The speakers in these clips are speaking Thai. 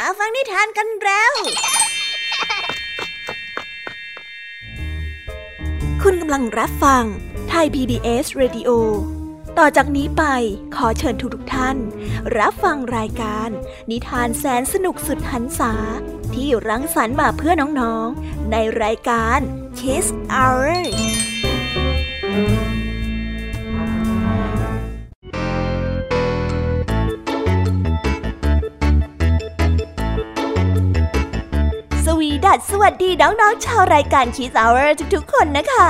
ฟังนิทานกันแล้วคุณกำลังรับฟังไทย PBS Radio ต่อจากนี้ไปขอเชิญทุกท่านรับฟังรายการนิทานแสนสนุกสุดหรรษาที่รังสรรค์มาเพื่อน้องๆในรายการ Kids Hourสวัสดีน้องๆชาวรายการ Kids Hour ทุกๆคนนะคะ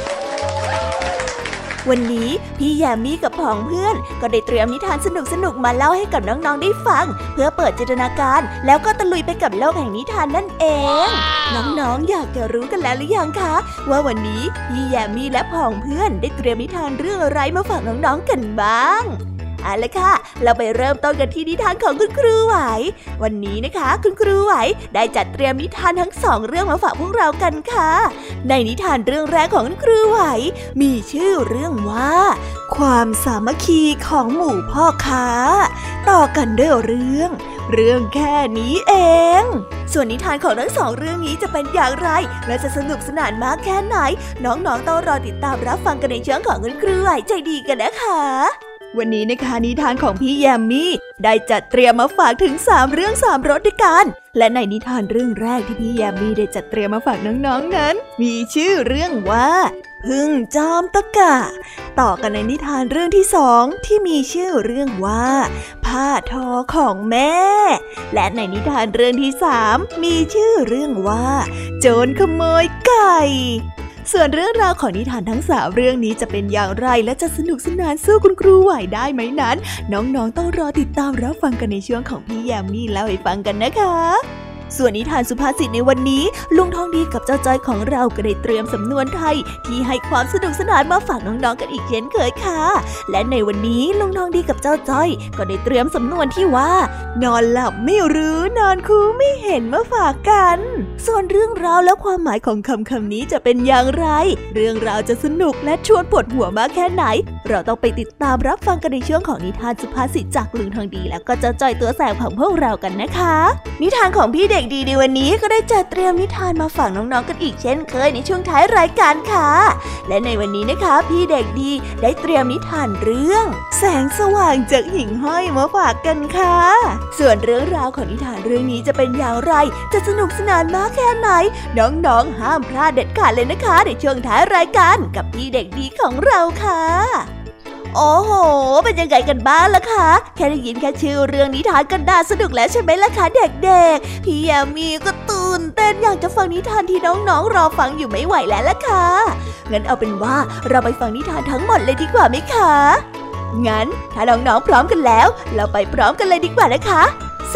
วันนี้พี่แยมมี่กับผองเพื่อนก็ได้เตรียมนิทานสนุกๆมาเล่าให้กับน้องๆได้ฟังเพื่อเปิดจินตนาการแล้วก็ตะลุยไปกับโลกแห่งนิทานนั่นเองน้องๆอยากจะรู้กันแล้วหรือยังคะว่าวันนี้พี่แยมมี่และผองเพื่อนได้เตรียมนิทานเรื่องอะไรมาฝากน้องๆกันบ้างเอาล่ะค่ะเราไปเริ่มต้นกันที่นิทานของคุณครูไหววันนี้นะคะคุณครูไหวได้จัดเตรียมนิทานทั้ง2เรื่องมาฝากพวกเรากันค่ะในนิทานเรื่องแรกของคุณครูไหวมีชื่อเรื่องว่าความสามัคคีของหมู่พ่อค้าต่อกันด้วยเรื่องแค่นี้เองส่วนนิทานของทั้ง2เรื่องนี้จะเป็นอย่างไรและจะสนุกสนานมากแค่ไหนน้องๆต้องรอติดตามรับฟังกันในช่วงของคุณครูไหวใจดีกันนะคะวันนี้นะคะนิทานของพี่แยมมี่ได้จัดเตรียมมาฝากถึง3เรื่อง3รสด้วยกันและในนิทานเรื่องแรกที่พี่แยมมี่ได้จัดเตรียมมาฝากน้องๆนั้นมีชื่อเรื่องว่าพึ่งจอมตะกะต่อกันในนิทานเรื่องที่2ที่มีชื่อเรื่องว่าผ้าทอของแม่และในนิทานเรื่องที่3มีชื่อเรื่องว่าโจรขโมยไก่ส่วนเรื่องราวของนิทานทั้ง3เรื่องนี้จะเป็นอย่างไรและจะสนุกสนานสู้คุณครูไหวได้ไหมนั้นน้องๆต้องรอติดตามรับฟังกันในช่วงของพี่แยมมี่เล่าให้ฟังกันนะคะส่วนนิทานสุภาษิตในวันนี้ลุงทองดีกับเจ้าจ้อยของเราก็ได้เตรียมสำนวนไทยที่ให้ความสนุกสนานมาฝากน้องๆกันอีกเช่นเคยค่ะและในวันนี้ลุงทองดีกับเจ้าจ้อยก็ได้เตรียมสำนวนที่ว่านอนหลับไม่รู้นอนคูไม่เห็นมาฝากกันส่วนเรื่องราวและความหมายของคำนี้จะเป็นอย่างไรเรื่องราวจะสนุกและชวนปวดหัวมากแค่ไหนเราต้องไปติดตามรับฟังกันในช่วงของนิทานสุภาษิตจากลุงทองดีแล้วก็เจ้าจ้อยตัวแสบของพวกเรากันนะคะนิทานของพี่เด็กดีในวันนี้ก็ได้จัดเตรียมนิทานมาฝากน้องๆกันอีกเช่นเคยในช่วงท้ายรายการค่ะและในวันนี้นะคะพี่เด็กดีได้เตรียมนิทานเรื่องแสงสว่างจากหิ่งห้อยมาฝากกันค่ะส่วนเรื่องราวของนิทานเรื่องนี้จะเป็นอย่างไรจะสนุกสนานมากแค่ไหนน้องๆห้ามพลาดเด็ดขาดเลยนะคะในช่วงท้ายรายการกับพี่เด็กดีของเราค่ะโอ้โหเป็นยังไงกันบ้างล่ะคะแค่ได้ยินแค่ชื่อเรื่องนิทานก็น่าสนุกแล้วใช่ไหมล่ะคะเด็กๆพี่แยมมี่ก็ตื่นเต้นอยากจะฟังนิทานที่น้องๆรอฟังอยู่ไม่ไหวแล้วล่ะค่ะงั้นเอาเป็นว่าเราไปฟังนิทานทั้งหมดเลยดีกว่าไหมคะงั้นถ้าน้องๆพร้อมกันแล้วเราไปพร้อมกันเลยดีกว่านะคะ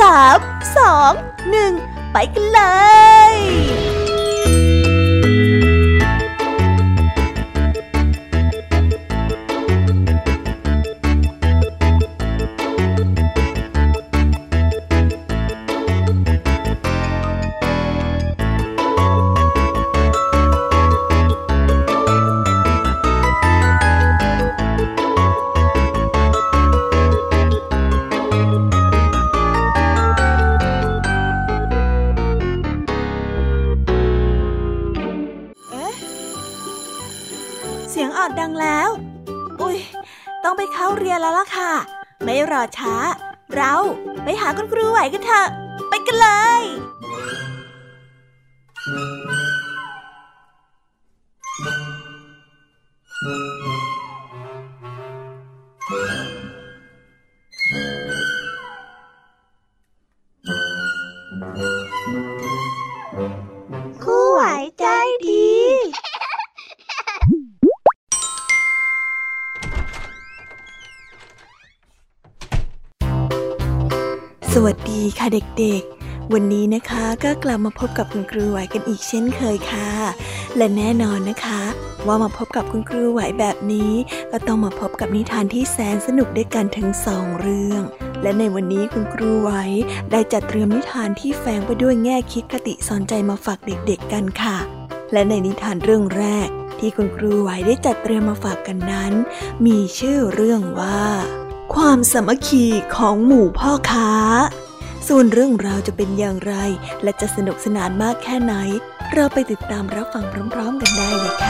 3 2 1ไปกันเลยดังแล้วอุ๊ยต้องไปเข้าเรียนแล้วล่ะค่ะไม่รอช้าเราไปหาคุณครูไหวกันเถอะไปกันเลยครูไหวใจดีสวัสดีค่ะเด็กๆวันนี้นะคะก็กลับมาพบกับคุณครูไหวกันอีกเช่นเคยค่ะและแน่นอนนะคะว่ามาพบกับคุณครูไหวแบบนี้ก็ต้องมาพบกับนิทานที่แสนสนุกด้วยกันถึง2เรื่องและในวันนี้คุณครูไหวได้จัดเตรียมนิทานที่แฝงไปด้วยแง่คิดคติสอนใจมาฝากเด็กๆกันค่ะและในนิทานเรื่องแรกที่คุณครูไหวได้จัดเตรียมมาฝากกันนั้นมีชื่อเรื่องว่าความสามัคคีของหมู่พ่อค้าส่วนเรื่องราวจะเป็นอย่างไรและจะสนุกสนานมากแค่ไหนเราไปติดตามรับฟังพร้อมๆกันได้เลยค่ะ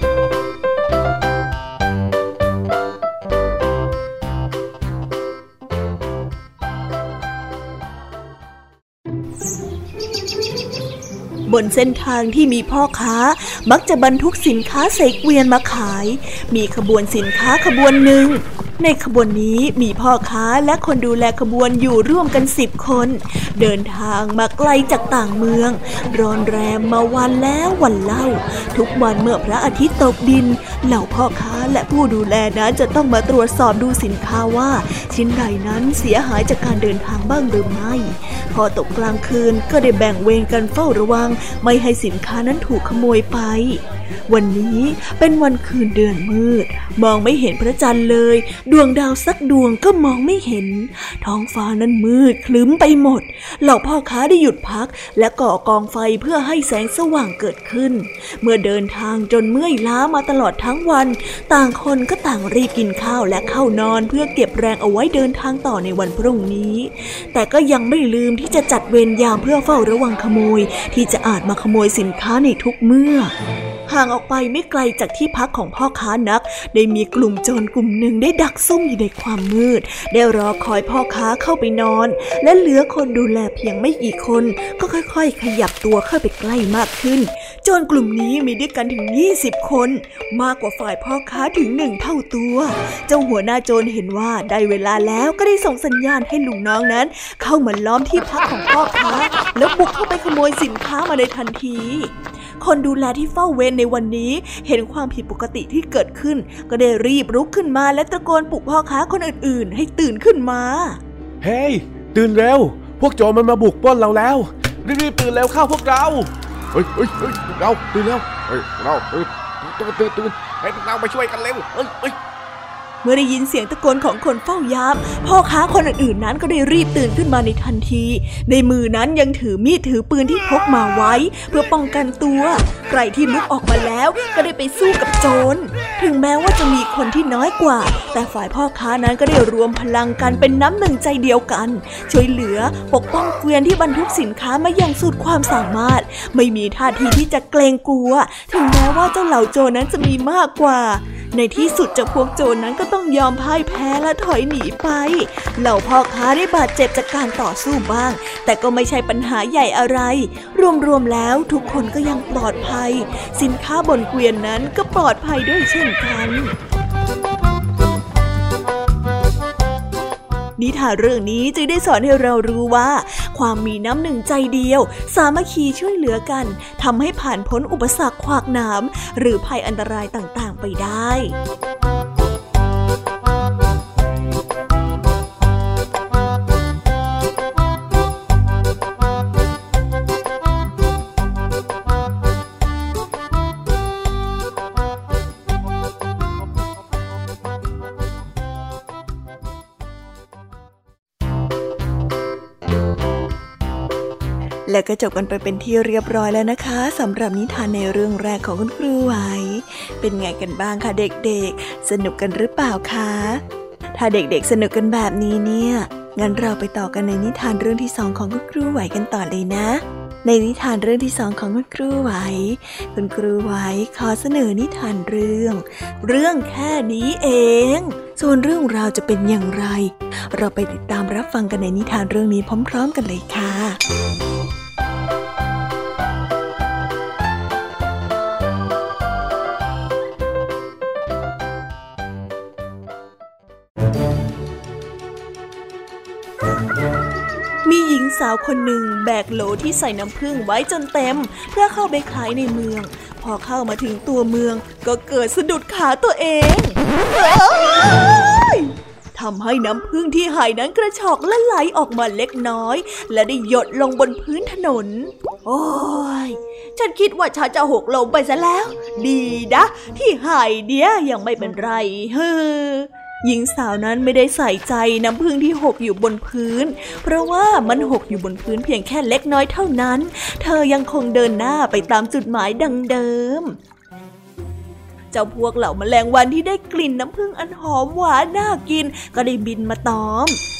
บนเส้นทางที่มีพ่อค้ามักจะบรรทุกสินค้าใส่เกวียนมาขายมีขบวนสินค้าขบวนหนึ่งในขบวนนี้มีพ่อค้าและคนดูแลขบวนอยู่ร่วมกัน10 คนเดินทางมาไกลจากต่างเมืองร้อนแรมมาวันแล้ววันเล่าทุกวันเมื่อพระอาทิตย์ตกดินเหล่าพ่อค้าและผู้ดูแลนั้นจะต้องมาตรวจสอบดูสินค้าว่าชิ้นใดนั้นเสียหายจากการเดินทางบ้างหรือไม่พอตกกลางคืนก็ได้แบ่งเวรกันเฝ้าระวังไม่ให้สินค้านั้นถูกขโมยไปวันนี้เป็นวันคืนเดือนมืดมองไม่เห็นพระจันทร์เลยดวงดาวสักดวงก็มองไม่เห็นท้องฟ้านั้นมืดคลึ้มไปหมดเหล่าพ่อค้าได้หยุดพักและก่อกองไฟเพื่อให้แสงสว่างเกิดขึ้นเมื่อเดินทางจนเมื่อยล้ามาตลอดทั้งวันต่างคนก็ต่างรีบกินข้าวและเข้านอนเพื่อเก็บแรงเอาไว้เดินทางต่อในวันพรุ่งนี้แต่ก็ยังไม่ลืมที่จะจัดเวรยามเพื่อเฝ้าระวังขโมยที่จะอาจมาขโมยสินค้าในทุกเมื่อห่างออกไปไม่ไกลจากที่พักของพ่อค้านักได้มีกลุ่มโจรกลุ่มหนึ่งได้ดักซุ่มอยู่ในความมืดได้รอคอยพ่อค้าเข้าไปนอนและเหลือคนดูแลเพียงไม่กี่คนก็ค่อยๆขยับตัวเข้าไปใกล้มากขึ้นโจรกลุ่มนี้มีด้วยกันถึง20 คนมากกว่าฝ่ายพ่อค้าถึง1 เท่าตัวเจ้าหัวหน้าโจรเห็นว่าได้เวลาแล้วก็ได้ส่งสัญญาณให้ลูกน้องนั้นเข้ามาล้อมที่พักของพ่อค้าแล้วบุกเข้าไปขโมยสินค้ามาในทันทีคนดูแลที่เฝ้าเวรในวันนี้เห็นความผิดปกติที่เกิดขึ้นก็ได้รีบลุกขึ้นมาและตะโกนปลุกพ่อค้าคนอื่นๆให้ตื่นขึ้นมาเฮ้ยตื่นเร็วพวกโจรมันมาบุกปล้นเราแล้วรีบตื่นเร็วเข้าพวกเราเฮ้ยเราตื่นเร็วเราตื่นให้พวกเรามาช่วยกันเร็วเมื่อได้ยินเสียงตะโกนของคนเฝ้ายามพ่อค้าคนอื่นๆนั้นก็ได้รีบตื่นขึ้นมาในทันทีในมือนั้นยังถือมีดถือปืนที่พกมาไว้เพื่อป้องกันตัวใครที่ลุกออกมาแล้วก็ได้ไปสู้กับโจรถึงแม้ว่าจะมีคนที่น้อยกว่าแต่ฝ่ายพ่อค้านั้นก็ได้รวมพลังกันเป็นน้ำหนึ่งใจเดียวกันช่วยเหลือปกป้องเกวียนที่บรรทุกสินค้ามาอย่างสุดความสามารถไม่มีท่าทีที่จะเกรงกลัวถึงแม้ว่าเจ้าเหล่าโจรนั้นจะมีมากกว่าในที่สุดเจ้าพวกโจรนั้นก็ต้องยอมพ่ายแพ้และถอยหนีไปเหล่าพ่อค้าได้บาดเจ็บจากการต่อสู้บ้างแต่ก็ไม่ใช่ปัญหาใหญ่อะไรรวมๆแล้วทุกคนก็ยังปลอดภัยสินค้าบนเกวียนนั้นก็ปลอดภัยด้วยเช่นกันนิทานเรื่องนี้จึงได้สอนให้เรารู้ว่าความมีน้ำหนึ่งใจเดียวสามัคคีช่วยเหลือกันทำให้ผ่านพ้นอุปสรรคขวากหนามหรือภัยอันตรายต่างๆไปได้แล้วก็จบกันไปเป็นที่เรียบร้อยแล้วนะคะสำหรับนิทานในเรื่องแรกของคุณครูไหวเป็นไงกันบ้างคะเด็กๆสนุกกันหรือเปล่าคะถ้าเด็กๆสนุกกันแบบนี้เนี่ยงั้นเราไปต่อกันในนิทานเรื่องที่2ของคุณครูไหวกันต่อเลยนะในนิทานเรื่องที่2ของคุณครูไหวคุณครูไหวขอเสนอนิทานเรื่องแค่นี้เองส่วนเรื่องราวจะเป็นอย่างไรเราไปติดตามรับฟังกันในนิทานเรื่องนี้พร้อมๆกันเลยค่ะมีหญิงสาวคนหนึ่งแบกโหลที่ใส่น้ำผึ้งไว้จนเต็มเพื่อเข้าไปขายในเมืองพอเข้ามาถึงตัวเมืองก็เกิดสะดุดขาตัวเองทำให้น้ำผึ้งที่หายนั้นกระชอกและไหลออกมาเล็กน้อยและได้หยดลงบนพื้นถนนโอ้ยฉันคิดว่าฉันจะหกลงไปซะแล้วดีนะที่หายเดียยังไม่เป็นไรหญิงสาวนั้นไม่ได้ใส่ใจน้ำผึ้งที่หกอยู่บนพื้นเพราะว่ามันหกอยู่บนพื้นเพียงแค่เล็กน้อยเท่านั้นเธอยังคงเดินหน้าไปตามจุดหมายดังเดิมเจ้าพวกเหล่าแมลงวันที่ได้กลิ่นน้ำผึ้งอันหอมหวานน่ากินก็ได้บินมาตอม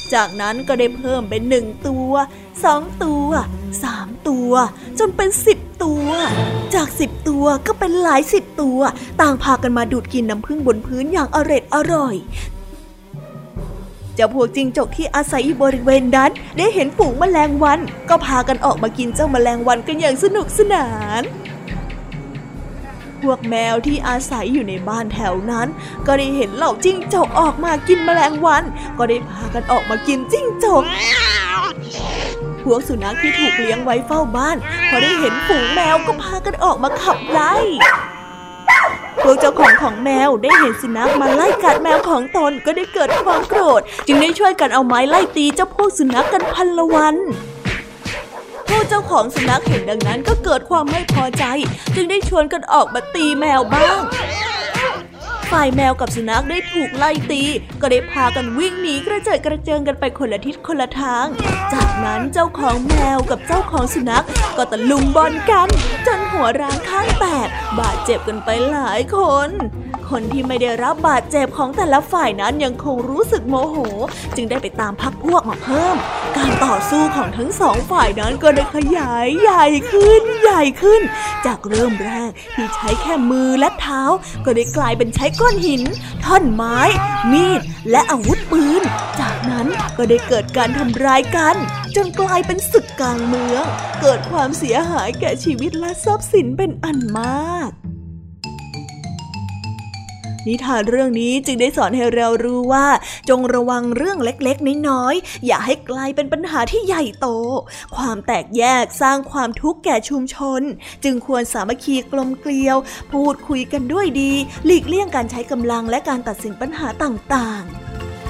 จากนั้นก็ได้เพิ่มเป็น1ตัว2ตัว3ตัวจนเป็น10ตัวจาก10ตัวก็เป็นหลาย10ตัวต่างพากันมาดูดกินน้ำผึ้งบนพื้นอย่างอร่อยเจ้าพวกจิ้งจกที่อาศัยอยู่บริเวณนั้นได้เห็นฝูงแมลงวันก็พากันออกมากินเจ้าแมลงวันกันอย่างสนุกสนานพวกแมวที่อาศัยอยู่ในบ้านแถวนั้นก็ได้เห็นเหล่าจิ้งจกออกมากินแมลงวันก็ได้พากันออกมากินจิ้งจกพวกสุนัขที่ถูกเลี้ยงไว้เฝ้าบ้านพอได้เห็นฝูงแมวก็พากันออกมาขับไล่พวกเจ้าของแมวได้เห็นสุนัขมาไล่กัดแมวของตนก็ได้เกิดความโกรธจึงได้ช่วยกันเอาไม้ไล่ตีเจ้าพวกสุนัขกันพันละวันพวกเจ้าของสุนัขเห็นดังนั้นก็เกิดความไม่พอใจจึงได้ชวนกันออกมาตีแมวบ้างฝ่ายแมวกับสุนัขได้ถูกไล่ตีก็ได้พากันวิ่งหนีกระเจิดกระเจิงกันไปคนละทิศคนละทางจากนั้นเจ้าของแมวกับเจ้าของสุนัขก็ตะลุมบอลกันจนหัวร้างข้างแตกบาดเจ็บกันไปหลายคนที่ไม่ได้รับบาดเจ็บของแต่ละฝ่ายนั้นยังคงรู้สึกโมโหจึงได้ไปตามพรรคพวกมาเพิ่มการต่อสู้ของทั้งสองฝ่ายนั้นก็ได้ขยายใหญ่ขึ้นจากเริ่มแรกที่ใช้แค่มือและเท้าก็ได้กลายเป็นใช้ก้อนหินท่อนไม้มีดและอาวุธปืนจากนั้นก็ได้เกิดการทำร้ายกันจนกลายเป็นศึกกลางเมืองเกิดความเสียหายแก่ชีวิตและทรัพย์สินเป็นอันมากนิทานเรื่องนี้จึงได้สอนให้เรารู้ว่าจงระวังเรื่องเล็กๆน้อยๆอย่าให้กลายเป็นปัญหาที่ใหญ่โตความแตกแยกสร้างความทุกข์แก่ชุมชนจึงควรสามัคคีกลมเกลียวพูดคุยกันด้วยดีหลีกเลี่ยงการใช้กำลังและการตัดสินปัญหาต่างๆ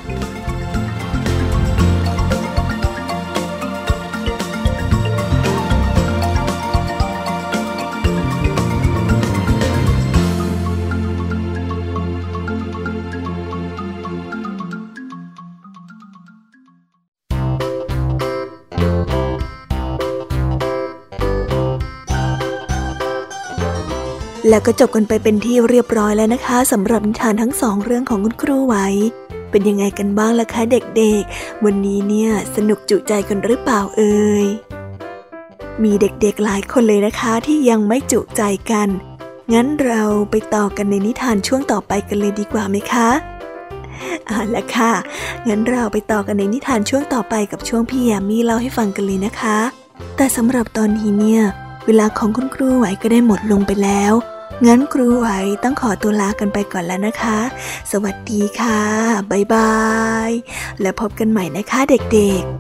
แล้วก็จบกันไปเป็นที่เรียบร้อยแล้วนะคะสำหรับนิทานทั้งสองเรื่องของคุณครูไหวเป็นยังไงกันบ้างล่ะคะเด็กๆวันนี้เนี่ยสนุกจุใจกันหรือเปล่าเอ่ยมีเด็กๆหลายคนเลยนะคะที่ยังไม่จุใจกันงั้นเราไปต่อกันในนิทานช่วงต่อไปกันเลยดีกว่าไหมคะเอาล่ะค่ะงั้นเราไปต่อกันในนิทานช่วงต่อไปกับช่วงพี่ยามีเล่าให้ฟังกันเลยนะคะแต่สำหรับตอนนี้เนี่ยเวลาของคุณครูไหวก็ได้หมดลงไปแล้วงั้นครูไหวต้องขอตัวลากันไปก่อนแล้วนะคะสวัสดีค่ะบ๊ายบายแล้วพบกันใหม่นะคะเด็กๆ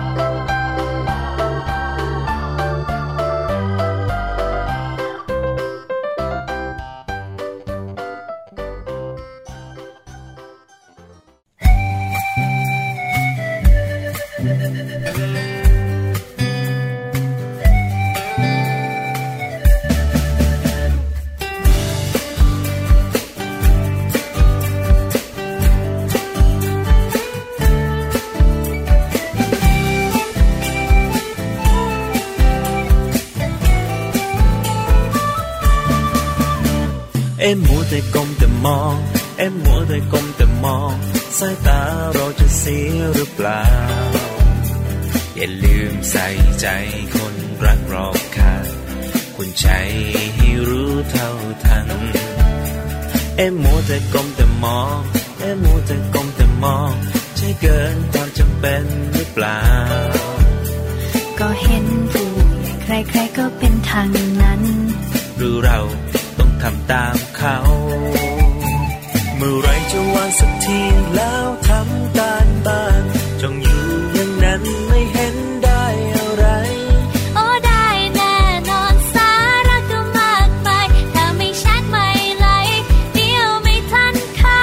มัวแต่ก้มแต่มองมัวแต่ก้มแต่มองสายตาเราจะเสียหรือเปล่าอย่าลืมใส่ใจคนรักรอบข้างคุณใจให้รู้เท่าทันมัวแต่ก้มแต่มองมัวแต่ก้มแต่มองใช่เกินความจำเป็นหรือเปล่าก็เห็นผู้ใหญ่ใครๆก็เป็นทางนั้นหรือเราต้องทำตามเขาเมื่อไรจะวางสักทีแล้วทำการบ้านจงอยู่อย่างนั้นไม่เห็นได้อะไรโอ้ได้แน่นอนสาระก็มากมายถ้าไม่ชัดไม่ไหลเดี๋ยวไม่ทันเขา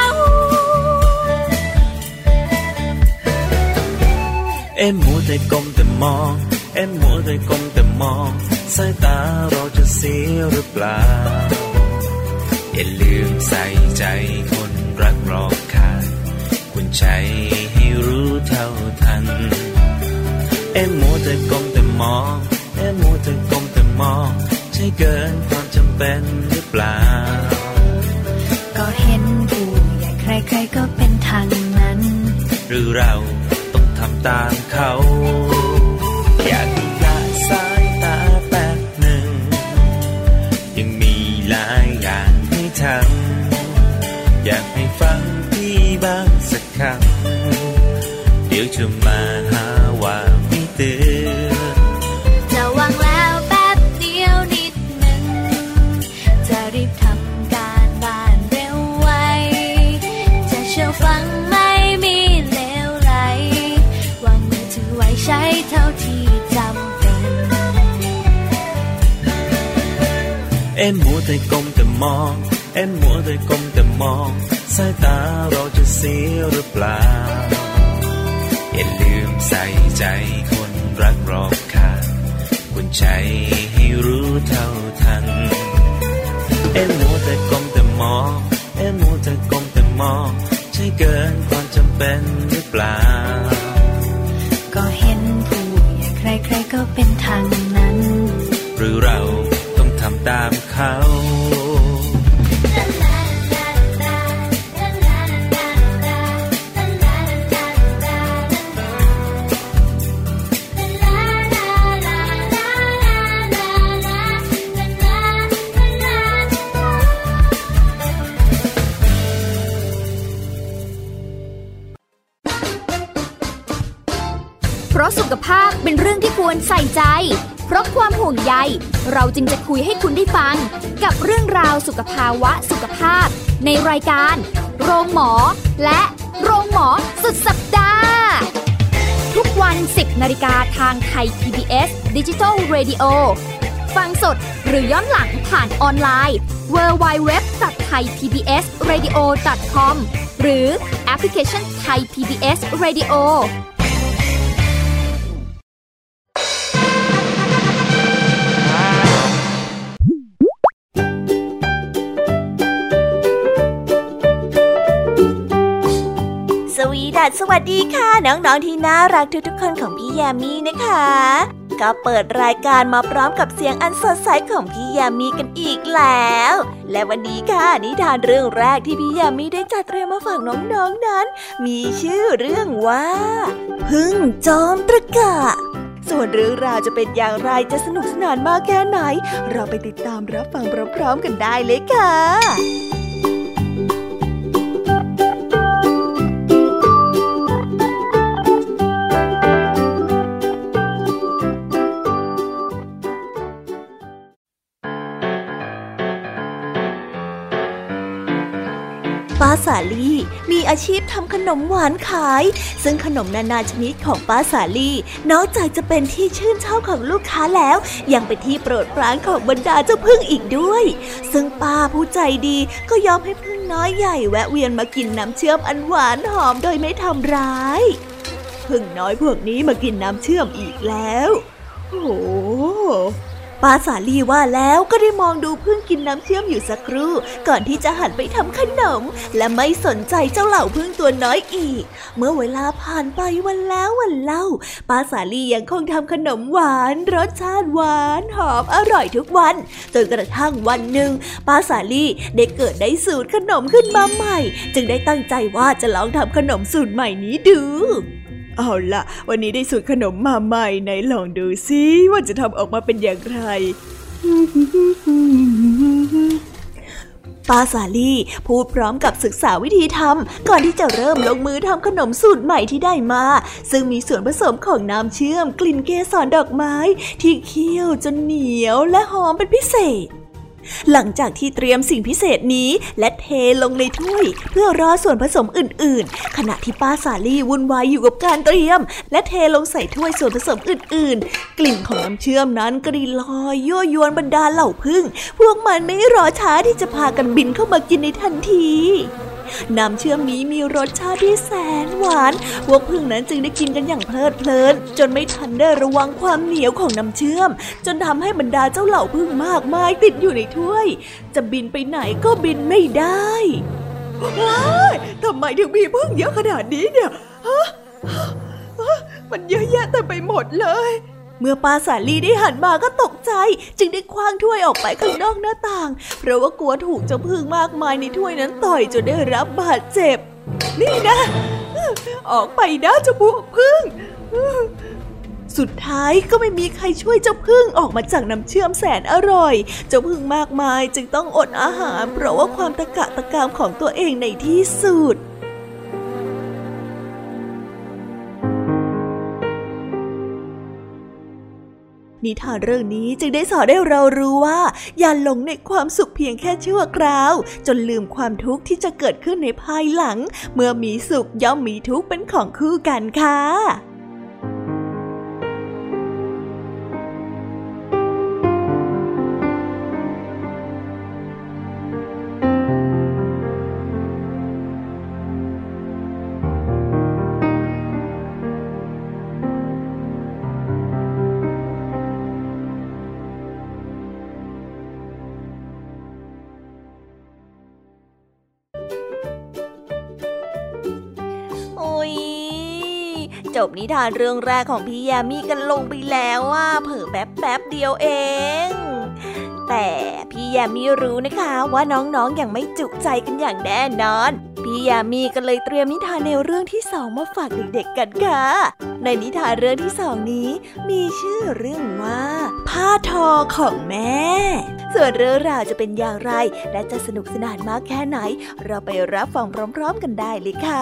มัวแต่ก้มแต่มองมัวแต่ก้มแต่มองสายตาเราจะเสียหรือเปล่าอย่าลืมใส่ใจคนรักรอบข้างคุณใจให้รู้เท่าทันมัวแต่ก้มแต่มองมัวแต่ก้มแต่มองใช่เกินความจำเป็นหรือเปล่าก็เห็นผู้ใหญ่ใครๆก็เป็นทางนั้นหรือเราต้องทำตามเขาอยากให้ละสายตาแป๊บหนึ่งยังมีหลายอย่างให้ทำอยากให้ฟังพี่บ้างสักคำเดี๋ยวจะมาหาว่าไม่เตือนจะวางแล้วแป๊บเดียวนิดหนึ่งจะรีบทำการบ้านเร็วไวจะเชื่อฟังไม่มีเลวไหลวางมือถือไว้ใช้เท่าที่จำเป็นมัวแต่ก้มแต่มองมัวแต่ก้มแต่มองสายตาเราจะเสียหรือเปล่าอย่าลืมใส่ใจคนรักรอบข้างควรใจให้รู้เท่าทันมัวแต่ก้มแต่มองมัวแต่ก้มแต่มองใช่เกินความจำเป็นหรือเปล่าก็เห็นผู้ใหญ่ใครๆก็เป็นทางนั้นหรือเราต้องทำตามเขาเพราะสุขภาพเป็นเรื่องที่ควรใส่ใจเพราะความห่วงใยเราจึงจะคุยให้คุณได้ฟังกับเรื่องราวสุขภาวะสุขภาพในรายการโรงหมอและโรงหมอสุดสัปดาห์ทุกวัน 10 นาฬิกาทางไทย PBS Digital Radio ฟังสดหรือย้อนหลังผ่านออนไลน์ www.thaipbsradio.com หรือแอปพลิเคชัน Thai PBS Radio สวัสดีค่ะน้องๆที่น่ารักทุกๆคนของพี่ยามีนะคะก็เปิดรายการมาพร้อมกับเสียงอันสดใสของพี่ยามีกันอีกแล้วและวันนี้ค่ะนิทานเรื่องแรกที่พี่ยามีได้จัดเตรียมมาฝากน้องๆนั้นมีชื่อเรื่องว่าพึ่งจอมตะกะส่วนเรื่องราวจะเป็นอย่างไรจะสนุกสนานมากแค่ไหนเราไปติดตามรับฟังพร้อมๆกันได้เลยค่ะป้าสาลีมีอาชีพทำขนมหวานขายซึ่งขนมนานาชนิดของป้าสาลีนอกจากจะเป็นที่ชื่นชอบของลูกค้าแล้วยังเป็นที่โปรดปรานของบรรดาเจ้าผึ้งอีกด้วยซึ่งป้าผู้ใจดีก็ยอมให้ผึ้งน้อยใหญ่แวะเวียนมากินน้ำเชื่อมอันหวานหอมโดยไม่ทำร้ายผึ้งน้อยพวกนี้มากินน้ำเชื่อมอีกแล้วโอ้ป้าสาลีว่าแล้วก็ได้มองดูผึ้งกินน้ำเชื่อมอยู่สักครู่ก่อนที่จะหันไปทำขนมและไม่สนใจเจ้าเหล่าผึ้งตัวน้อยอีกเมื่อเวลาผ่านไปวันแล้ววันเล่าป้าสาลียังคงทำขนมหวานรสชาติหวานหอมอร่อยทุกวันจนกระทั่งวันหนึ่งป้าสาลีได้สูตรขนมขึ้นมาใหม่จึงได้ตั้งใจว่าจะลองทำขนมสูตรใหม่นี้ดูเอาล่ะวันนี้ได้สูตรขนมมาใหม่ไหนลองดูซิว่าจะทำออกมาเป็นอย่างไรป้าสาลีพูดพร้อมกับศึกษาวิธีทำก่อนที่จะเริ่มลงมือทำขนมสูตรใหม่ที่ได้มาซึ่งมีส่วนผสมของน้ำเชื่อมกลิ่นเกสรดอกไม้ที่เคี่ยวจนเหนียวและหอมเป็นพิเศษหลังจากที่เตรียมสิ่งพิเศษนี้และเทลงในถ้วยเพื่อรอส่วนผสมอื่นๆขณะที่ป้าสาลีวุ่นวายอยู่กับการเตรียมและเทลงใส่ถ้วยส่วนผสมอื่นๆกลิ่นของน้ำเชื่อมนั้นก็ได้ลอยยั่วยวนบรรดาเหล่าผึ้งพวกมันไม่รอช้าที่จะพากันบินเข้ามากินในทันทีน้ำเชื่อมนี้มีรสชาติที่แสนหวานพวกผึ้งนั้นจึงได้กินกันอย่างเพลิดเพลินจนไม่ทันได้ระวังความเหนียวของน้ำเชื่อมจนทำให้บรรดาเจ้าเหล่าผึ้งมากมายติดอยู่ในถ้วยจะบินไปไหนก็บินไม่ได้ว้ายทำไมถึงมีผึ้งเยอะขนาดนี้เนี่ยมันเยอะแยะเต็มไปหมดเลยเมื่อป้าสาลีได้หันมาก็ตกใจจึงได้คว้างถ้วยออกไปข้างนอกหน้าต่างเพราะว่ากลัวถูกเจ้าผึ้งมากมายในถ้วยนั้นต่อยจนได้รับบาดเจ็บนี่นะออกไปนะเจ้าพวกผึ้งสุดท้ายก็ไม่มีใครช่วยเจ้าผึ้งออกมาจากน้ำเชื่อมแสนอร่อยเจ้าผึ้งมากมายจึงต้องอดอาหารเพราะว่าความตะกะตะกามของตัวเองในที่สุดนิทานเรื่องนี้จึงได้สอนให้เรารู้ว่าอย่าหลงในความสุขเพียงแค่ชั่วคราวจนลืมความทุกข์ที่จะเกิดขึ้นในภายหลังเมื่อมีสุขย่อมมีทุกข์เป็นของคู่กันค่ะจบนิทานเรื่องแรกของพี่ยามีกันลงไปแล้วเผลอแป๊บเดียวเองแต่พี่ยามีรู้นะคะว่าน้องๆยังไม่จุใจกันอย่างแน่นอนพี่ยามีก็เลยเตรียมนิทานแนวเรื่องที่2มาฝากเด็กๆกันค่ะในนิทานเรื่องที่2นี้มีชื่อเรื่องว่าผ้าทอของแม่ส่วนเรื่องราวจะเป็นอย่างไรและจะสนุกสนานมากแค่ไหนเราไปรับฟังพร้อมๆกันได้เลยค่ะ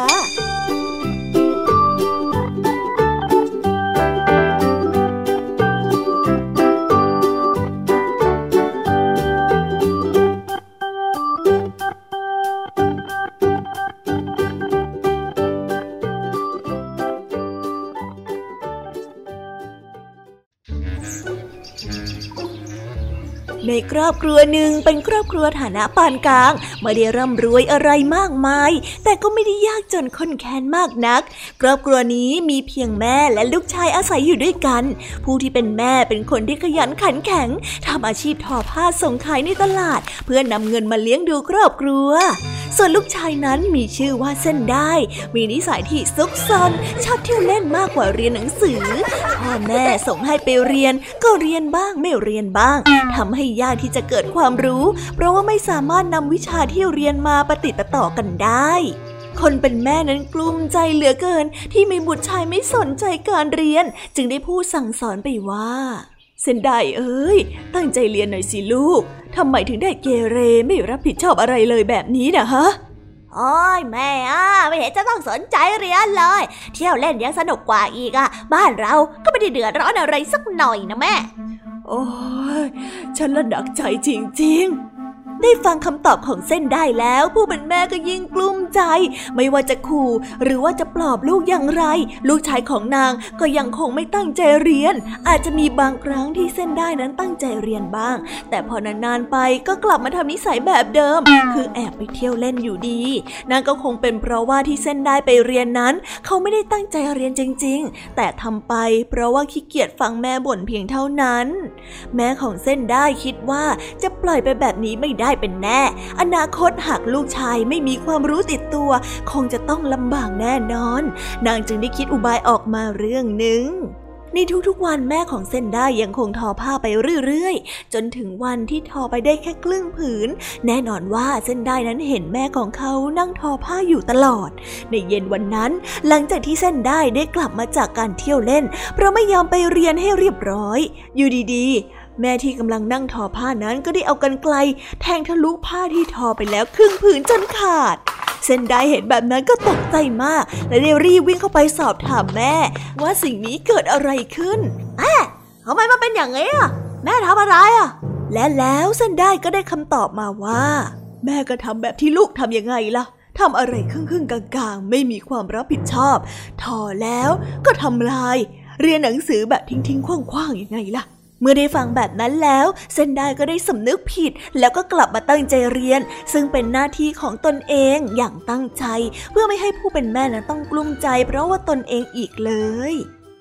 ในครอบครัวหนึ่งเป็นครอบครัวฐานะปานกลางไม่ได้ร่ำรวยอะไรมากมายแต่ก็ไม่ได้ยากจนข้นแค้นมากนักครอบครัวนี้มีเพียงแม่และลูกชายอาศัยอยู่ด้วยกันผู้ที่เป็นแม่เป็นคนที่ขยันขันแข็งทำอาชีพทอผ้าส่งขายในตลาดเพื่อนำเงินมาเลี้ยงดูครอบครัวส่วนลูกชายนั้นมีชื่อว่าเส้นได้มีนิสัยที่ซุกซนชอบเที่ยวเล่นมากกว่าเรียนหนังสือพ่อแม่ส่งให้ไปเรียนก็เรียนบ้างไม่เรียนบ้างทำให้ยากที่จะเกิดความรู้เพราะว่าไม่สามารถนำวิชาที่เรียนมาประติดประต่อกันได้คนเป็นแม่นั้นกลุ้มใจเหลือเกินที่มีบุตรชายไม่สนใจการเรียนจึงได้พูดสั่งสอนไปว่าเส้นได้เอ้ยตั้งใจเรียนหน่อยสิลูกทำไมถึงได้เกเรไม่รับผิดชอบอะไรเลยแบบนี้นะฮะโอ้ยแม่ไม่เห็นจะต้องสนใจเรียนเลยเที่ยวเล่นยังสนุกกว่าอีกบ้านเราก็ไม่ได้เดือดร้อนอะไรสักหน่อยนะแม่โอ้ยฉันละหนักใจจริงๆได้ฟังคำตอบของเส้นได้แล้วผู้เป็นแม่ก็ยิ่งกลุ้มใจไม่ว่าจะขู่หรือว่าจะปลอบลูกอย่างไรลูกชายของนางก็ยังคงไม่ตั้งใจเรียนอาจจะมีบางครั้งที่เส้นได้นั้นตั้งใจเรียนบ้างแต่พอนานๆไปก็กลับมาทำนิสัยแบบเดิมคือแอบไปเที่ยวเล่นอยู่ดีนั่นก็คงเป็นเพราะว่าที่เส้นได้ไปเรียนนั้นเขาไม่ได้ตั้งใจเรียนจริงๆแต่ทำไปเพราะว่าขี้เกียจฟังแม่บ่นเพียงเท่านั้นแม่ของเส้นได้คิดว่าจะปล่อยไปแบบนี้ไม่ได้เป็นแน่อนาคตหากลูกชายไม่มีความรู้ติดตัวคงจะต้องลำบากแน่นอนนางจึงได้คิดอุบายออกมาเรื่องหนึ่งในทุกๆวันแม่ของเส้นได้ยังคงทอผ้าไปเรื่อยๆจนถึงวันที่ทอไปได้แค่ครึ่งผืนแน่นอนว่าเส้นได้นั้นเห็นแม่ของเขานั่งทอผ้าอยู่ตลอดในเย็นวันนั้นหลังจากที่เส้นได้กลับมาจากการเที่ยวเล่นเพราะไม่ยอมไปเรียนให้เรียบร้อยอยู่ดีๆแม่ที่กำลังนั่งทอผ้านั้นก็ได้เอากรรไกรแทงทะลุผ้าที่ทอไปแล้วครึ่งผืนจนขาดเส้นได้เห็นแบบนั้นก็ตกใจมากและได้รีบวิ่งเข้าไปสอบถามแม่ว่าสิ่งนี้เกิดอะไรขึ้นทำไมมันเป็นอย่างนี้แม่ทำอะไรและแล้วเส้นได้ก็ได้คำตอบมาว่าแม่ก็ทำแบบที่ลูกทำยังไงล่ะทำอะไรครึ่งๆกลางๆไม่มีความรับผิดชอบทอแล้วก็ทำลายเรียนหนังสือแบบทิ้งๆคว่างๆยังไงล่ะเมื่อได้ฟังแบบนั้นแล้วเส้นได้ก็ได้สำนึกผิดแล้วก็กลับมาตั้งใจเรียนซึ่งเป็นหน้าที่ของตนเองอย่างตั้งใจเพื่อไม่ให้ผู้เป็นแม่นั้นต้องกลุ้มใจเพราะว่าตนเองอีกเลย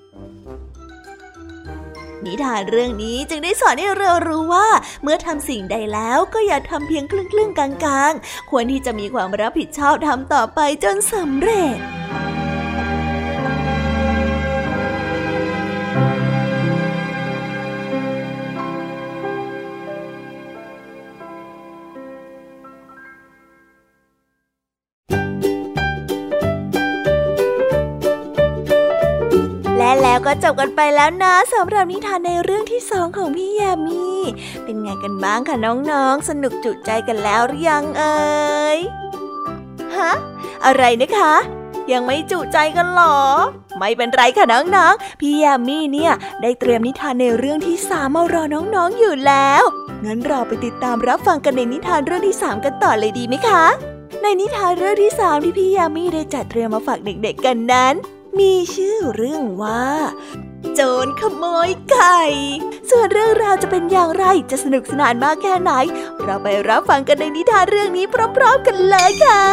นิทานเรื่องนี้จึงได้สอนให้เรารู้ว่าเมื่อทำสิ่งใดแล้วก็อย่าทำเพียงครึ่งๆกลางๆควรที่จะมีความรับผิดชอบทำต่อไปจนสำเร็จแล้วนะสำหรับนิทานในเรื่องที่2ของพี่ยามีเป็นไงกันบ้างคะน้องๆสนุกจุใจกันแล้วหรือยังเอ่ยฮะอะไรนะคะยังไม่จุใจกันหรอไม่เป็นไรค่ะน้องๆพี่ยามีเนี่ยได้เตรียมนิทานในเรื่องที่3มารอน้องๆอยู่แล้วงั้นเราไปติดตามรับฟังกันในนิทานเรื่องที่3กันต่อเลยดีไหมคะในนิทานเรื่องที่3ที่พี่ยามีได้จัดเตรียมมาฝากเด็กๆกันนั้นมีชื่อเรื่องว่าโจรขโมยไก่ส่วนเรื่องราวจะเป็นอย่างไรจะสนุกสนานมากแค่ไหนเราไปรับฟังกันในนิทานเรื่องนี้พร้อมๆกันเลยค่ะ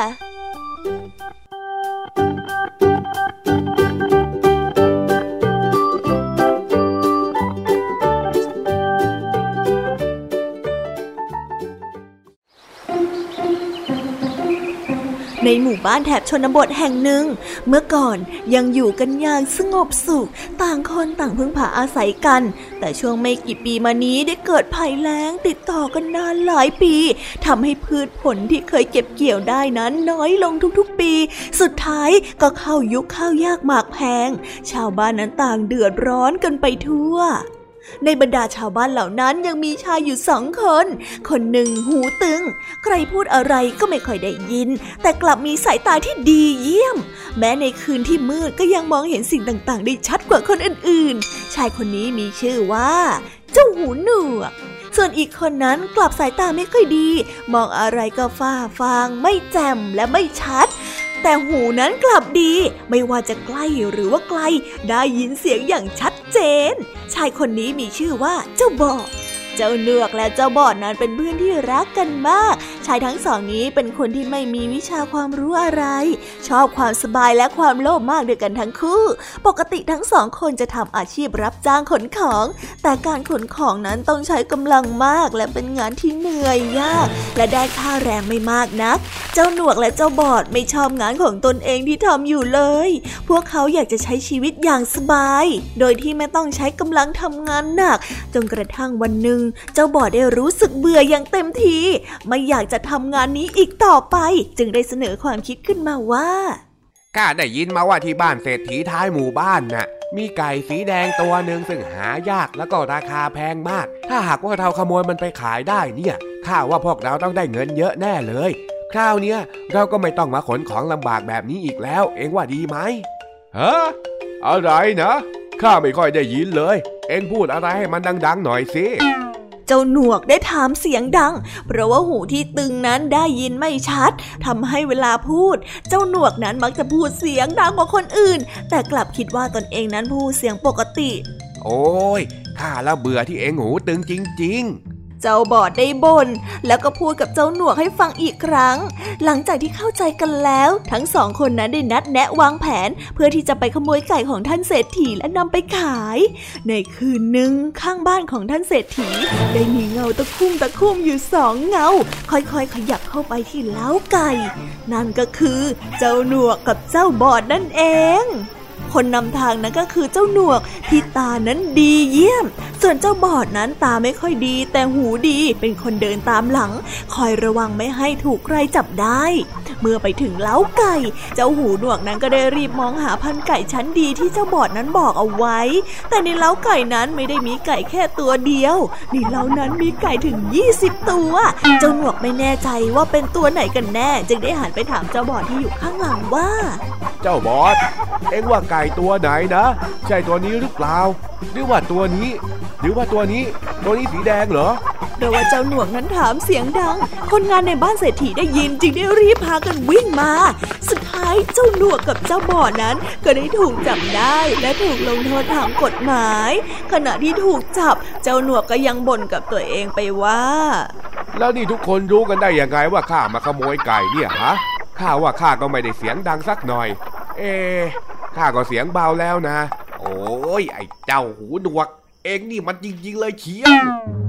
ในหมู่บ้านแถบชนบทแห่งหนึ่งเมื่อก่อนยังอยู่กันอย่างสงบสุขต่างคนต่างพึ่งพาอาศัยกันแต่ช่วงไม่กี่ปีมานี้ได้เกิดภัยแล้งติดต่อกันนานหลายปีทำให้พืชผลที่เคยเก็บเกี่ยวได้นั้นน้อยลงทุกๆปีสุดท้ายก็เข้ายุคข้าวยากหมากแพงชาวบ้านนั้นต่างเดือดร้อนกันไปทั่วในบรรดาชาวบ้านเหล่านั้นยังมีชายอยู่2 คนคนหนึ่งหูตึงใครพูดอะไรก็ไม่ค่อยได้ยินแต่กลับมีสายตาที่ดีเยี่ยมแม้ในคืนที่มืดก็ยังมองเห็นสิ่งต่างๆได้ชัดกว่าคนอื่นๆชายคนนี้มีชื่อว่าเจ้าหูหนวกส่วนอีกคนนั้นกลับสายตาไม่ค่อยดีมองอะไรก็ฟ้าฟางไม่แจ่มและไม่ชัดแต่หูนั้นกลับดีไม่ว่าจะใกล้หรือว่าไกลได้ยินเสียงอย่างชัดเจนชายคนนี้มีชื่อว่าเจ้าบอดเจ้าเนือกและเจ้าบอดนั้นเป็นเพื่อนที่รักกันมากชายทั้งสองนี้เป็นคนที่ไม่มีวิชาความรู้อะไรชอบความสบายและความโลภมากด้วยกันทั้งคู่ปกติทั้ง2 คนจะทำอาชีพรับจ้างขนของแต่การขนของนั้นต้องใช้กำลังมากและเป็นงานที่เหนื่อยยากและได้ค่าแรงไม่มากนักเจ้าหนวกและเจ้าบอดไม่ชอบงานของตนเองที่ทำอยู่เลยพวกเขาอยากจะใช้ชีวิตอย่างสบายโดยที่ไม่ต้องใช้กำลังทำงานหนักจนกระทั่งวันหนึ่งเจ้าบอดได้รู้สึกเบื่ออย่างเต็มทีไม่อยากจะทำงานนี้อีกต่อไปจึงได้เสนอความคิดขึ้นมาว่าข้าได้ยินมาว่าที่บ้านเศรษฐีท้ายหมู่บ้านน่ะมีไก่สีแดงตัวหนึ่งซึ่งหายากแล้วก็ราคาแพงมากถ้าหากว่าเราขโมยมันไปขายได้เนี่ยข้าว่าพวกเราต้องได้เงินเยอะแน่เลยคราวเนี้ยเราก็ไม่ต้องมาขนของลำบากแบบนี้อีกแล้วเอ็งว่าดีไหมฮะอะไรนะข้าไม่ค่อยได้ยินเลยเอ็งพูดอะไรให้มันดังๆหน่อยสิเจ้าหนวกได้ถามเสียงดังเพราะว่าหูที่ตึงนั้นได้ยินไม่ชัดทำให้เวลาพูดเจ้าหนวกนั้นมักจะพูดเสียงดังกว่าคนอื่นแต่กลับคิดว่าตนเองนั้นพูดเสียงปกติโอ้ยข้าละเบื่อที่เอ็งหูตึงจริงๆเจ้าบอดได้บ่นแล้วก็พูดกับเจ้าหนวกให้ฟังอีกครั้งหลังจากที่เข้าใจกันแล้วทั้ง2 คนนั้นได้นัดแนะวางแผนเพื่อที่จะไปขโมยไก่ของท่านเศรษฐีและนำไปขายในคืนหนึ่งข้างบ้านของท่านเศรษฐีได้มีเงาตะคุ่มอยู่2 เงาค่อยๆขยับเข้าไปที่เล้าไก่นั่นก็คือเจ้าหนวกกับเจ้าบอดนั่นเองคนนำทางนั้นก็คือเจ้าหนวกที่ตานั้นดีเยี่ยมส่วนเจ้าบอดนั้นตาไม่ค่อยดีแต่หูดีเป็นคนเดินตามหลังคอยระวังไม่ให้ถูกใครจับได้เมื่อไปถึงเล้าไก่เจ้าหูหนวกนั้นก็ได้รีบมองหาพันไก่ชั้นดีที่เจ้าบอดนั้นบอกเอาไว้แต่ในเล้าไก่นั้นไม่ได้มีไก่แค่ตัวเดียวในเล้านั้นมีไก่ถึง20 ตัวเจ้าหนวกไม่แน่ใจว่าเป็นตัวไหนกันแน่จึงได้หันไปถามเจ้าบอดที่อยู่ข้างหลังว่าเจ้าบอดเอ็งว่าไก่ตัวไหนนะใช่ตัวนี้หรือเปล่าหรือว่าตัวนี้ตัวนี้สีแดงเหรอเพราะว่าเจ้าหนวกนั้นถามเสียงดังคนงานในบ้านเศรษฐีได้ยินจึงได้รีบพากันวิ่งมาสุดท้ายเจ้าหนวกกับเจ้าบอดนั้นก็ได้ถูกจับได้และถูกลงโทษทางกฎหมายขณะที่ถูกจับเจ้าหนวกก็ยังบ่นกับตัวเองไปว่าแล้วนี่ทุกคนรู้กันได้ยังไงว่าข้ามาขโมยไก่เนี่ยฮะข้าว่าข้าก็ไม่ได้เสียงดังสักหน่อยข้าก็เสียงเบาแล้วนะโอ้ยไอ้เจ้าหูหนวกเอ็งนี่มันจริงๆเลยเชียว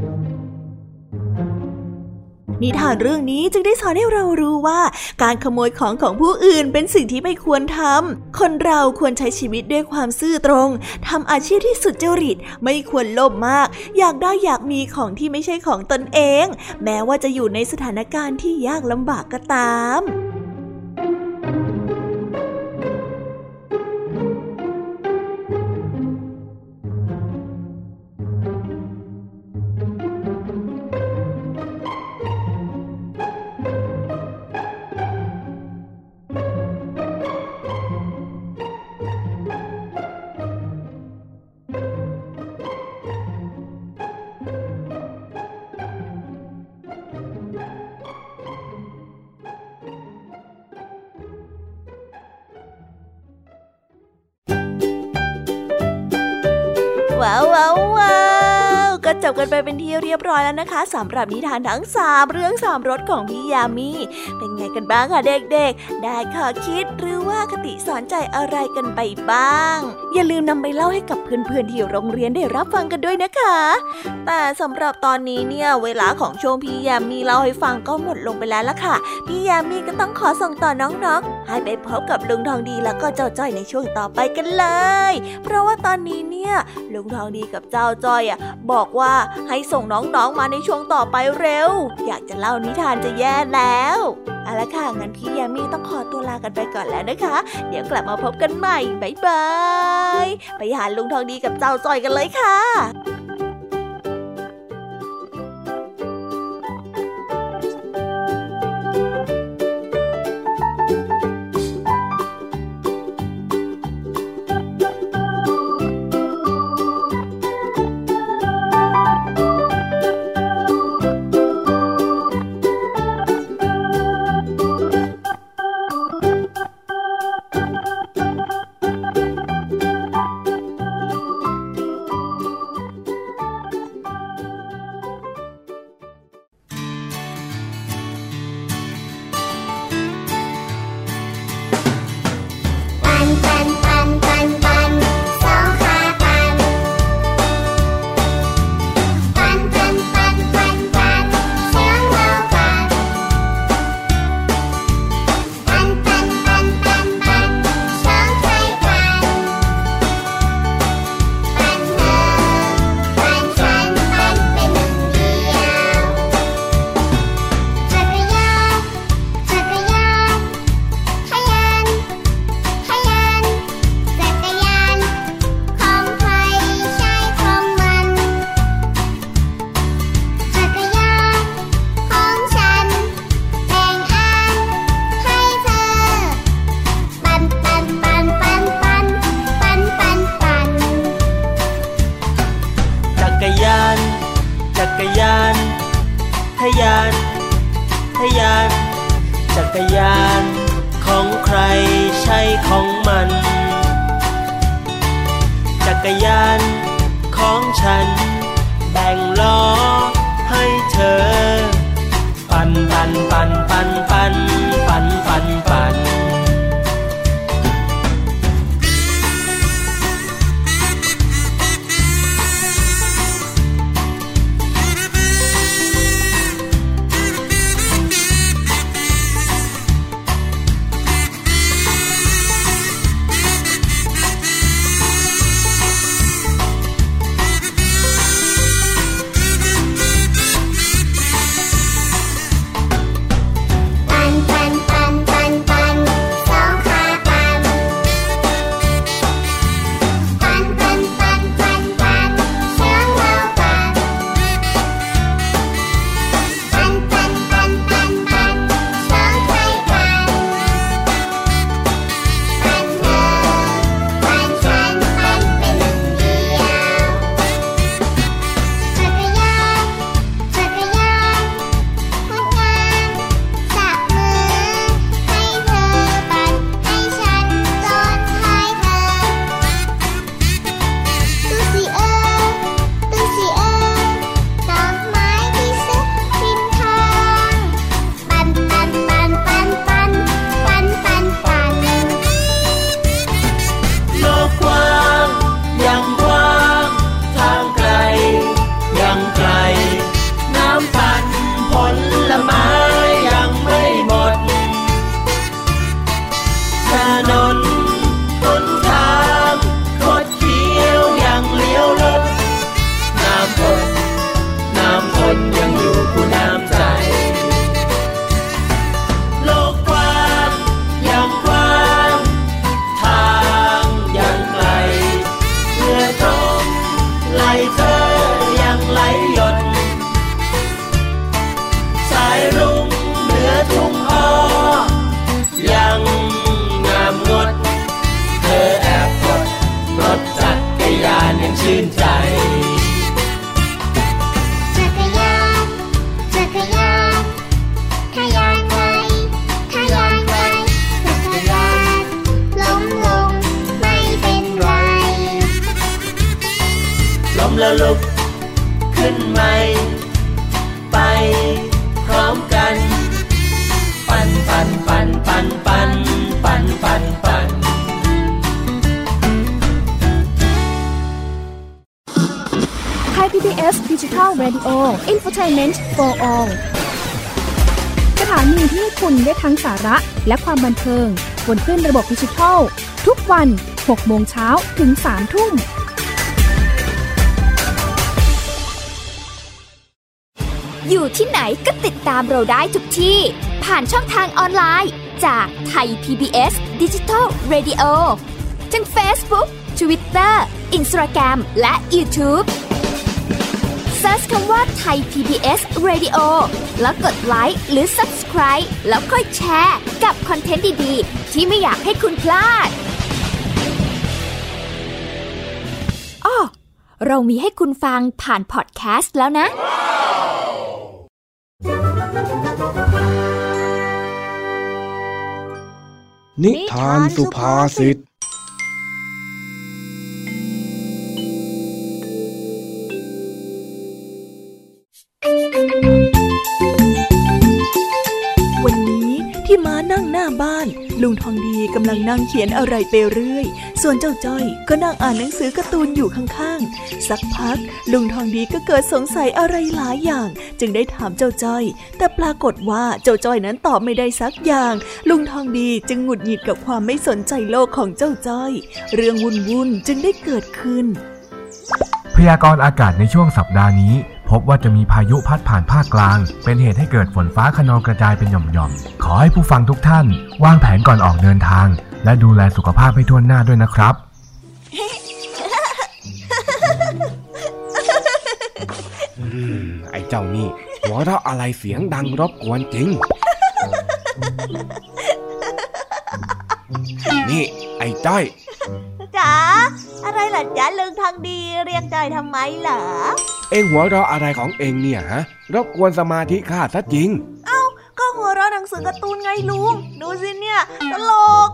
นิทานเรื่องนี้จึงได้สอนให้เรารู้ว่าการขโมยของของผู้อื่นเป็นสิ่งที่ไม่ควรทำคนเราควรใช้ชีวิตด้วยความซื่อตรงทำอาชีพที่สุจริตไม่ควรโลภมากอยากได้อยากมีของที่ไม่ใช่ของตนเองแม้ว่าจะอยู่ในสถานการณ์ที่ยากลำบากก็ตามว้าวก็จบกันไปเป็นที่เรียบร้อยแล้วนะคะสำหรับนิทานทั้ง3เรื่อง3รสของพี่ยามีเป็นไงกันบ้างคะเด็กๆได้ข้อคิดหรือว่าคติสอนใจอะไรกันไปบ้างอย่าลืมนำไปเล่าให้กับเพื่อนๆที่โรงเรียนได้รับฟังกันด้วยนะคะแต่สำหรับตอนนี้เนี่ยเวลาของช่วงพี่ยามีเล่าให้ฟังก็หมดลงไปแล้วล่ะค่ะพี่ยามีก็ต้องขอส่งต่อน้องๆให้ไปพบกับลุงทองดีแล้วก็เจ้าจ้อยในช่วงต่อไปกันเลยเพราะว่าตอนนี้เนี่ยลุงทองดีกับเจ้าจ้อยบอกว่าให้ส่งน้องๆมาในช่วงต่อไปเร็วอยากจะเล่านิทานจะแย่แล้วเอาละค่ะงั้นพี่ยามีต้องขอตัวลากันไปก่อนแล้วนะคะเดี๋ยวกลับมาพบกันใหม่บ๊ายบายไปหาลุงทองดีกับเจ้าจ้อยกันเลยค่ะจักรยานของใครใช่ของมันจักรยานของฉันแบ่งล้อให้เธอปั่นปั่นปั่นปั่นปั่นปั่นปั่นปั่นชื่นใจจักรยานจักรยานทะยานไกลทะยานไกลจักรยานล้มลงไม่เป็นไรล้มแล้วลุกขึ้นใหม่ไปพร้อมกันปั่นปั่นปั่นปั่นปั่นปั่นปั่นปั่นไทย PBS Digital Radio Infotainment for All สถานีที่คุณได้ทั้งสาระและความบันเทิงบนคลื่นระบบดิจิทัลทุกวัน 6 โมงเช้าถึง 3 ทุ่มอยู่ที่ไหนก็ติดตามเราได้ทุกที่ผ่านช่องทางออนไลน์จากไทย PBS Digital Radio ทั้ง Facebook Twitter Instagram และ YouTubeเซิร์ชคำว่าไทย PBS Radio แล้วกดไลค์หรือ Subscribe แล้วค่อยแชร์กับคอนเทนต์ดีๆที่ไม่อยากให้คุณพลาดอ้อเรามีให้คุณฟังผ่านพอดแคสต์แล้วนะนิทานสุภาษิตวันนี้ที่ม้านั่งหน้าบ้านลุงทองดีกำลังนั่งเขียนอะไรไปเรื่อยส่วนเจ้าจ้อยก็นั่งอ่านหนังสือการ์ตูนอยู่ข้างๆสักพักลุงทองดีก็เกิดสงสัยอะไรหลายอย่างจึงได้ถามเจ้าจ้อยแต่ปรากฏว่าเจ้าจ้อยนั้นตอบไม่ได้สักอย่างลุงทองดีจึงหงุดหงิดกับความไม่สนใจโลกของเจ้าจ้อยเรื่องวุ่นๆจึงได้เกิดขึ้นพยากรณ์อากาศในช่วงสัปดาห์นี้พบว่าจะมีพายุพัดผ่านภาคกลางเป็นเหตุให้เกิดฝนฟ้าคะนองกระจายเป็นหย่อมๆขอให้ผู้ฟังทุกท่านวางแผนก่อนออกเดินทางและดูแลสุขภาพให้ทั่วหน้าด้วยนะครับไอ้เจ้านี่หัวเราะอะไรเสียงดังรบกวนจริง นี่ไอ้จ้อยจ๋าอะไรล่ะจ๊ะลุงทองดีเรียกจ้อยทำไมเหรอเอ็งหัวเราะอะไรของเอ็งเนี่ยฮะรบกวนสมาธิข้าซะจริงเอ้าก็หัวเราะหนังสือการ์ตูนไงลุงดูสิเนี่ยตลก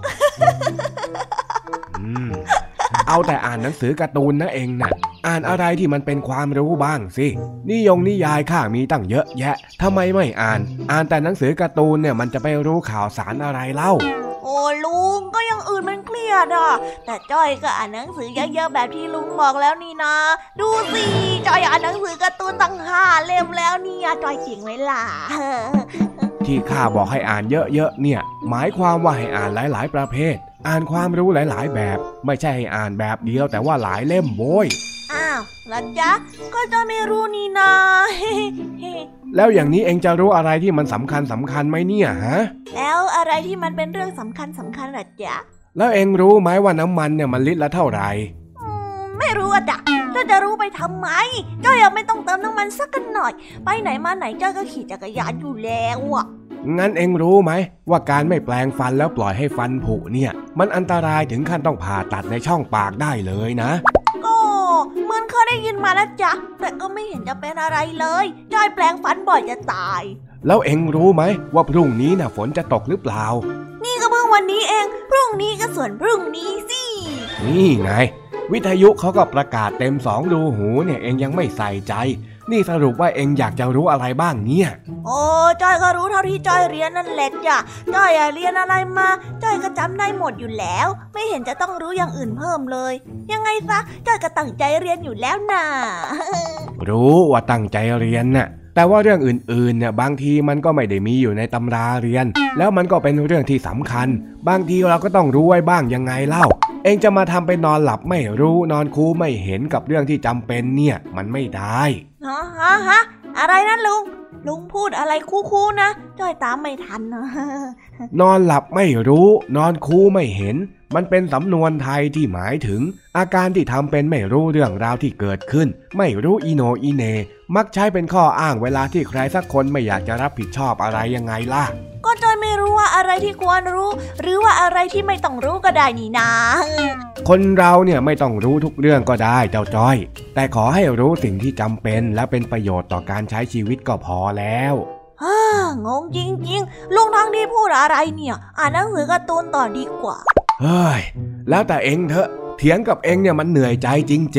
เอาแต่อ่านหนังสือการ์ตูนนะเอ็งน่ะอ่านอะไรที่มันเป็นความรู้บ้างสินิยายข้ามีตั้งเยอะแยะทำไมไม่อ่านแต่หนังสือการ์ตูนเนี่ยมันจะไปรู้ข่าวสารอะไรเล่าโอ้ลุงก็ยังอื่นมันเครียดอ่ะแต่จ้อยก็อ่านหนังสือเยอะๆแบบที่ลุงบอกแล้วนี่นะดูสิจ้อยอ่านหนังสือการ์ตูนตั้ง5 เล่มแล้วเนี่ยจ้อยจริงไหมล่ะที่ข้าบอกให้อ่านเยอะๆเนี่ยหมายความว่าให้อ่านหลายๆประเภทอ่านความรู้หลายๆแบบไม่ใช่ให้อ่านแบบเดียวแต่ว่าหลายเล่มโว้ยอ้าวล่ะจ๊ะก็จะไม่รู้นี่นาแล้วอย่างนี้เอ็งจะรู้อะไรที่มันสำคัญไหมเนี่ยฮะแล้วอะไรที่มันเป็นเรื่องสำคัญล่ะจ๊ะแล้วเอ็งรู้ไหมว่าน้ำมันเนี่ยมันลิตรละเท่าไหร่ไม่รู้อ่ะจ๊ะจะรู้ไปทำไมจ้อยยังไม่ต้องเติมน้ำมันสักกันหน่อยไปไหนมาไหนจ้อยก็ขี่จักรยานอยู่แล้วอ่ะงั้นเอ็งรู้ไหมว่าการไม่แปรงฟันแล้วปล่อยให้ฟันผุเนี่ยมันอันตรายถึงขั้นต้องผ่าตัดในช่องปากได้เลยนะก็เหมือนเคยได้ยินมาแล้วจ๊ะแต่ก็ไม่เห็นจะเป็นอะไรเลยจ้อยแปรงฟันบ่อยจะตายแล้วเอ็งรู้ไหมว่าพรุ่งนี้น่ะฝนจะตกหรือเปล่านี่ก็เพิ่งวันนี้เองพรุ่งนี้ก็ส่วนพรุ่งนี้สินี่ไงวิทยุเขาก็ประกาศเต็ม2 รูหูเนี่ยเอ็งยังไม่ใส่ใจนี่สรุปว่าเอ็งอยากจะรู้อะไรบ้างเนี่ยโอ้จ้อยก็รู้เท่าที่จ้อยเรียนนั่นแหละจ้ะจ้อยเรียนอะไรมาจ้อยก็จำได้หมดอยู่แล้วไม่เห็นจะต้องรู้อย่างอื่นเพิ่มเลยยังไงซะจ้อยก็ตั้งใจเรียนอยู่แล้วน่ะรู้ว่าตั้งใจเรียนน่ะแต่ว่าเรื่องอื่นๆเนี่ยบางทีมันก็ไม่ได้มีอยู่ในตำราเรียนแล้วมันก็เป็นเรื่องที่สำคัญบางทีเราก็ต้องรู้ไว้บ้างยังไงเล่าเอ็งจะมาทำไปนอนหลับไม่รู้นอนคูไม่เห็นกับเรื่องที่จำเป็นเนี่ยมันไม่ได้ฮะอะไรนะลุงพูดอะไรคู่ๆนะจ้อยตามไม่ทันนะนอนหลับไม่รู้นอนคูไม่เห็นมันเป็นสำนวนไทยที่หมายถึงอาการที่ทำเป็นไม่รู้เรื่องราวที่เกิดขึ้นไม่รู้อีโนอีเนมักใช้เป็นข้ออ้างเวลาที่ใครสักคนไม่อยากจะรับผิดชอบอะไรยังไงล่ะก็จ้อยไม่รู้ว่าอะไรที่ควรรู้หรือว่าอะไรที่ไม่ต้องรู้ก็ได้นี่นาคนเราเนี่ยไม่ต้องรู้ทุกเรื่องก็ได้เจ้าจ้อยแต่ขอให้รู้สิ่งที่จำเป็นและเป็นประโยชน์ต่อการใช้ชีวิตก็พอแล้วงงจริงๆลุงทองดีพูดอะไรเนี่ยอ่านหนังสือการ์ตูนต่อดีกว่าเฮ้ยแล้วแต่เอ็งเถอะเถียงกับเอ็งเนี่ยมันเหนื่อยใจจริงๆ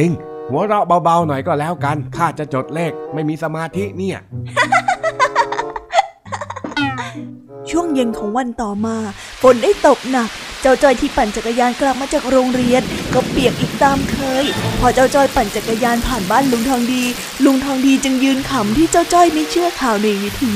หัวเราะเบาๆหน่อยก็แล้วกันข้าจะจดเลขไม่มีสมาธิเนี่ยช่วงเย็นของวันต่อมาฝนได้ตกหนักเจ้าจ้อยที่ปั่นจักรยานกลับมาจากโรงเรียนก็เปียกอีกตามเคยพอเจ้าจ้อยปั่นจักรยานผ่านบ้านลุงทองดีจึงยืนขำที่เจ้าจ้อยไม่เชื่อข่าวในวิทยุ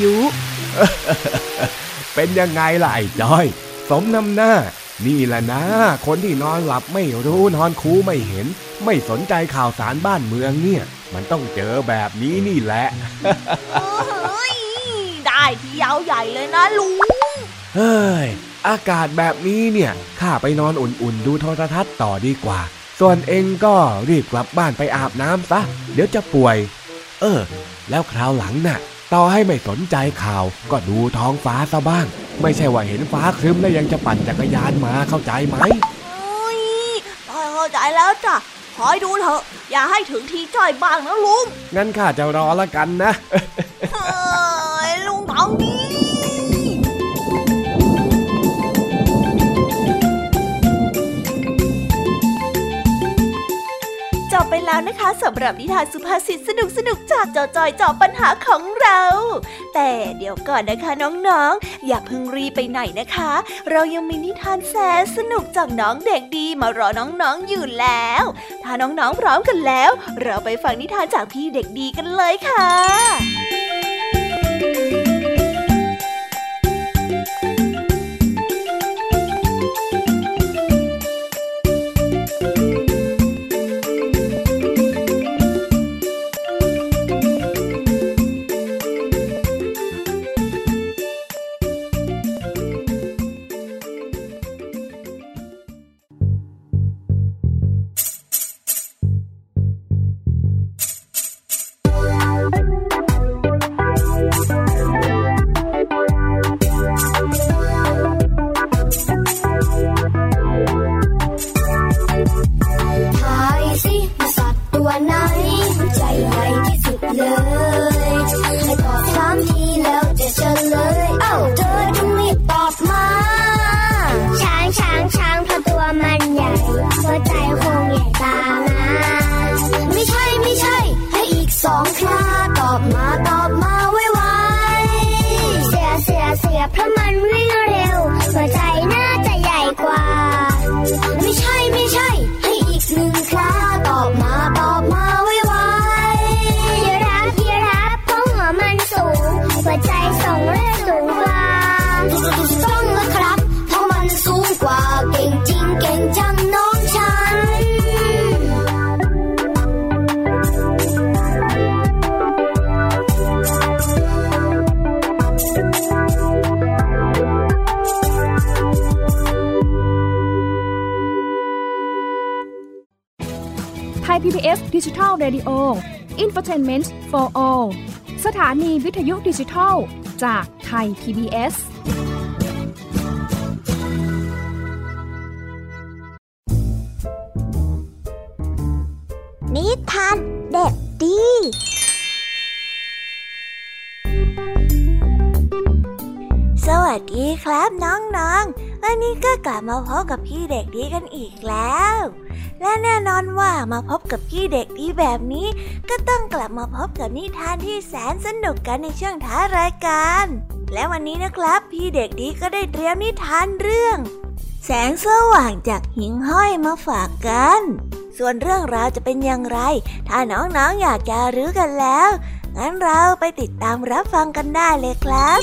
เป็นยังไงล่ะไอ้จ้อยสมน้ำหน้านี่แหละนะคนที่นอนหลับไม่รู้นอนคูไม่เห็นไม่สนใจข่าวสารบ้านเมืองเนี่ยมันต้องเจอแบบนี้นี่แหละได้ที่ยาวใหญ่เลยนะลุงเฮ้ยอากาศแบบนี้เนี่ยข้าไปนอนอุ่นๆดูโทรทัศน์ต่อดีกว่าส่วนเองก็รีบกลับบ้านไปอาบน้ำซะเดี๋ยวจะป่วยแล้วคราวหลังน่ะต่อให้ไม่สนใจข่าวก็ดูท้องฟ้าซะบ้างไม่ใช่ว่าเห็นฟ้าครึ้มแล้วยังจะปั่นจักรยานมาเข้าใจไหมเข้าใจแล้วจ้ะคอยดูเถอะอย่าให้ถึงทีจ้อยบ้างนะลุงงั้นข้าจะรอละกันนะลุงทองดีจบไปแล้วนะคะสำหรับนิทานสุภาษิตสนุกๆจากเจ้าจ้อยจอบปัญหาของเราแต่เดี๋ยวก่อนนะคะน้องๆอย่าเพิ่งรีบไปไหนนะคะเรายังมีนิทานแสนสนุกจากน้องเด็กดีมารอน้องๆอยู่แล้วถ้าน้องๆพร้อมกันแล้วเราไปฟังนิทานจากพี่เด็กดีกันเลยค่ะ PBS Digital Radio Infotainment for All สถานีวิทยุดิจิทัลจากไทย PBS นิทานเด็กดีสวัสดีครับน้องๆวันนี้ก็กลับมาพบกับพี่เด็กดีกันอีกแล้วและแน่นอนว่ามาพบกับพี่เด็กดีแบบนี้ก็ต้องกลับมาพบกับนิทานที่แสนสนุกกันในช่วงท้ายรายการและวันนี้นะครับพี่เด็กดีก็ได้เตรียมนิทานเรื่องแสงสว่างจากหิ่งห้อยมาฝากกันส่วนเรื่องราวจะเป็นอย่างไรถ้าน้องๆอยากจะรู้กันแล้วงั้นเราไปติดตามรับฟังกันได้เลยครับ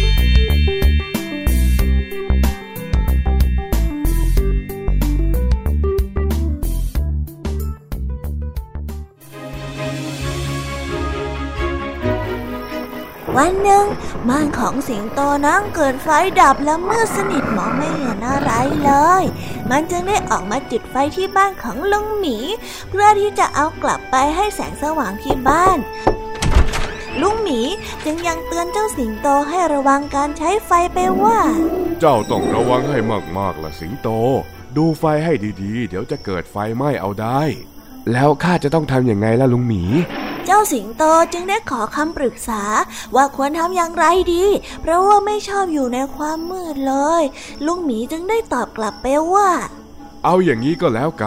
วันหนึ่งบ้านของสิงโตนั้นเกิดไฟดับและมืดสนิทมองไม่เห็นอะไรเลยมันจึงได้ออกมาจุดไฟที่บ้านของลุงหมีเพื่อที่จะเอากลับไปให้แสงสว่างที่บ้านลุงหมีจึงยังเตือนเจ้าสิงโตให้ระวังการใช้ไฟไปว่าเจ้าต้องระวังให้มากๆล่ะสิงโตดูไฟให้ดีๆเดี๋ยวจะเกิดไฟไหม้เอาได้แล้วข้าจะต้องทำอย่างไงล่ะลุงหมีเจ้าสิงโตจึงได้ขอคำปรึกษาว่าควรทำอย่างไรดีเพราะว่าไม่ชอบอยู่ในความมืดเลยลุงหมีจึงได้ตอบกลับไปว่าเอาอย่างนี้ก็แล้วกัน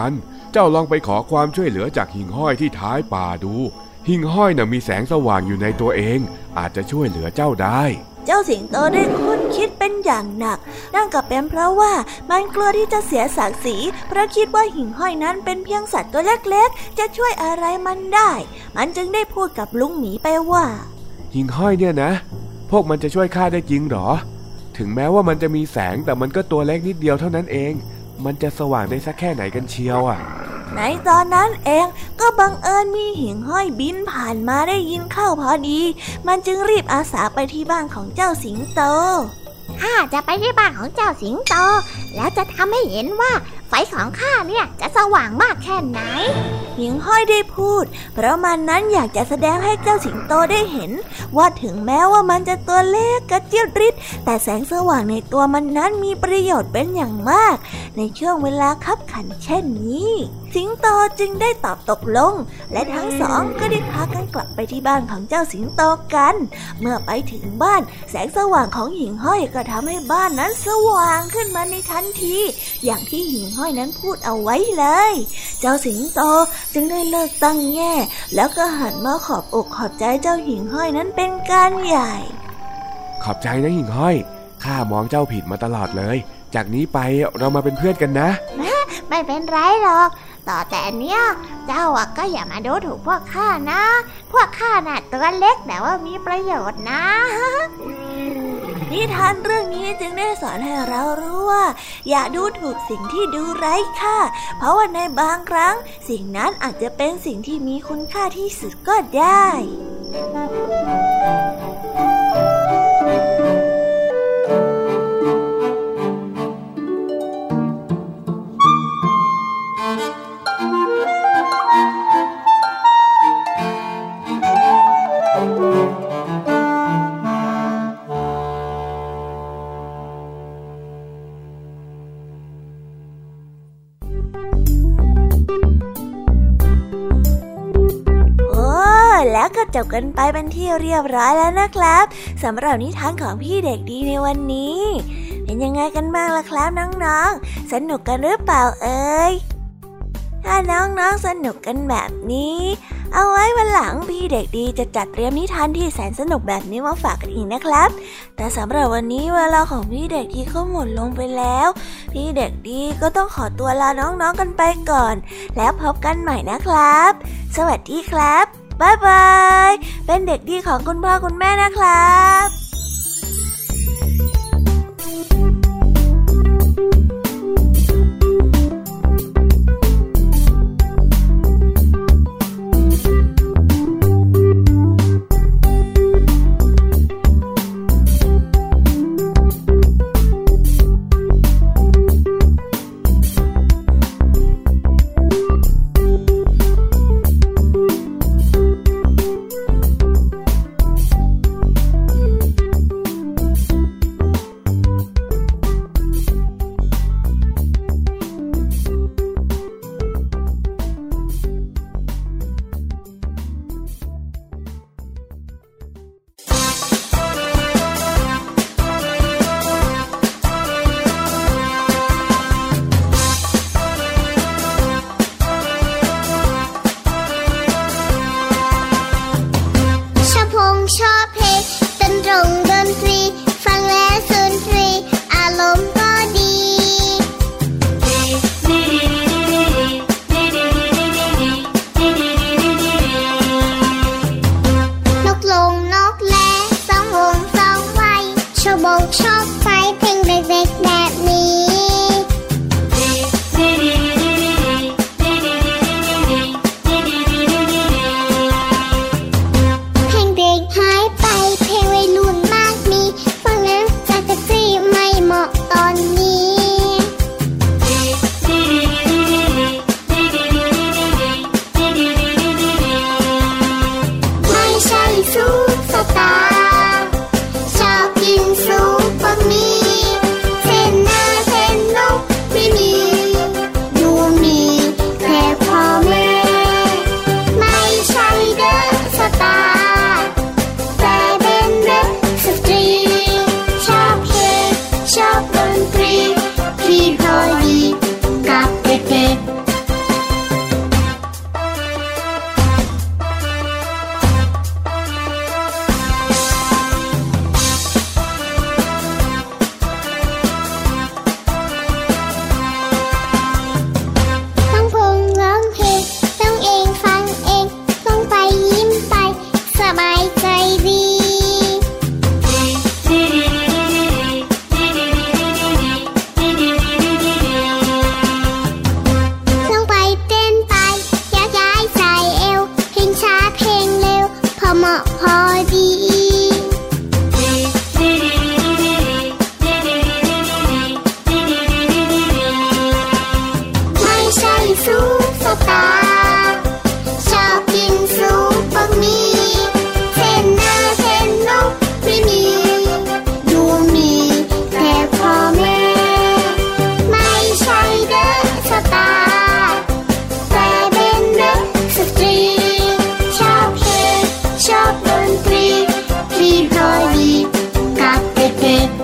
เจ้าลองไปขอความช่วยเหลือจากหิ่งห้อยที่ท้ายป่าดูหิ่งห้อยน่ะมีแสงสว่างอยู่ในตัวเองอาจจะช่วยเหลือเจ้าได้เจ้าสิงโตได้คุ้นคิดเป็นอย่างหนักนั่นก็เป็นเพราะว่ามันกลัวที่จะเสียศักดิ์ศรีเพราะคิดว่าหิ่งห้อยนั้นเป็นเพียงสัตว์ตัวเล็กๆจะช่วยอะไรมันได้มันจึงได้พูดกับลุงหมีไปว่าหิ่งห้อยเนี่ยนะพวกมันจะช่วยข้าได้จริงหรอถึงแม้ว่ามันจะมีแสงแต่มันก็ตัวเล็กนิดเดียวเท่านั้นเองมันจะสว่างได้สักแค่ไหนกันเชียวในตอนนั้นเองก็บังเอิญมีหิ่งห้อยบินผ่านมาได้ยินเข้าพอดีมันจึงรีบอาสาไปที่บ้านของเจ้าสิงโตข้าจะไปที่บ้านของเจ้าสิงโตแล้วจะทำให้เห็นว่าไฟของข้าเนี่ยจะสว่างมากแค่ไหนหิ่งห้อยได้พูดเพราะมันนั้นอยากจะแสดงให้เจ้าสิงโตได้เห็นว่าถึงแม้ว่ามันจะตัวเล็กกระเจี๊ยดริดแต่แสงสว่างในตัวมันนั้นมีประโยชน์เป็นอย่างมากในช่วงเวลาคับขันเช่นนี้สิงโตจึงได้ตอบตกลงและทั้งสองก็ได้พากันกลับไปที่บ้านของเจ้าสิงโตกันเมื่อไปถึงบ้านแสงสว่างของหิ่งห้อยก็ทำให้บ้านนั้นสว่างขึ้นมาในทันทีอย่างที่หิ่งห้อยนั้นพูดเอาไว้เลยเจ้าสิงโตจึงได้เลิกตั้งแง่แล้วก็หันมาขอบอกขอบใจเจ้าหิ่งห้อยนั้นเป็นการใหญ่ขอบใจนะหิ่งห้อยข้ามองเจ้าผิดมาตลอดเลยจากนี้ไปเรามาเป็นเพื่อนกันนะไม่เป็นไรหรอกต่อแต่เนี้ยเจ้าก็อย่ามาดูถูกพวกข้านะพวกข้าน่ะตัวเล็กแต่ว่ามีประโยชน์นะนิทานเรื่องนี้จึงได้สอนให้เรารู้ว่าอย่าดูถูกสิ่งที่ดูไร้ค่าเพราะว่าในบางครั้งสิ่งนั้นอาจจะเป็นสิ่งที่มีคุณค่าที่สุดก็ได้แล้วก็จบกันไปเป็นที่เรียบร้อยแล้วนะครับสำหรับนิทานของพี่เด็กดีในวันนี้เป็นยังไงกันบ้างล่ะครับน้องๆสนุกกันหรือเปล่าเอ่ยถ้าน้องๆสนุกกันแบบนี้เอาไว้วันหลังพี่เด็กดีจะจัดเตรียมนิทานที่แสนสนุกแบบนี้มาฝากกันอีกนะครับแต่สำหรับวันนี้เวลาของพี่เด็กดีก็หมดลงไปแล้วพี่เด็กดีก็ต้องขอตัวลาน้องๆกันไปก่อนแล้วพบกันใหม่นะครับสวัสดีครับบ๊ายบายเป็นเด็กดีของคุณพ่อคุณแม่นะครับเพลงเด็กหายไปเพลงวัยรุ่นมาเหมาะพอดีไม่ใช่ซุปสตาร์ชอบกินซุปบะหมี่เส้นหน้าเส้นนกไม่มีดูมีแต่พ่อแม่ไม่ใช่เดอะสตาร์แต่เป็นเดอะสตรีชอบเพลงชอบดนตรีที่พอดีกับเด็กๆ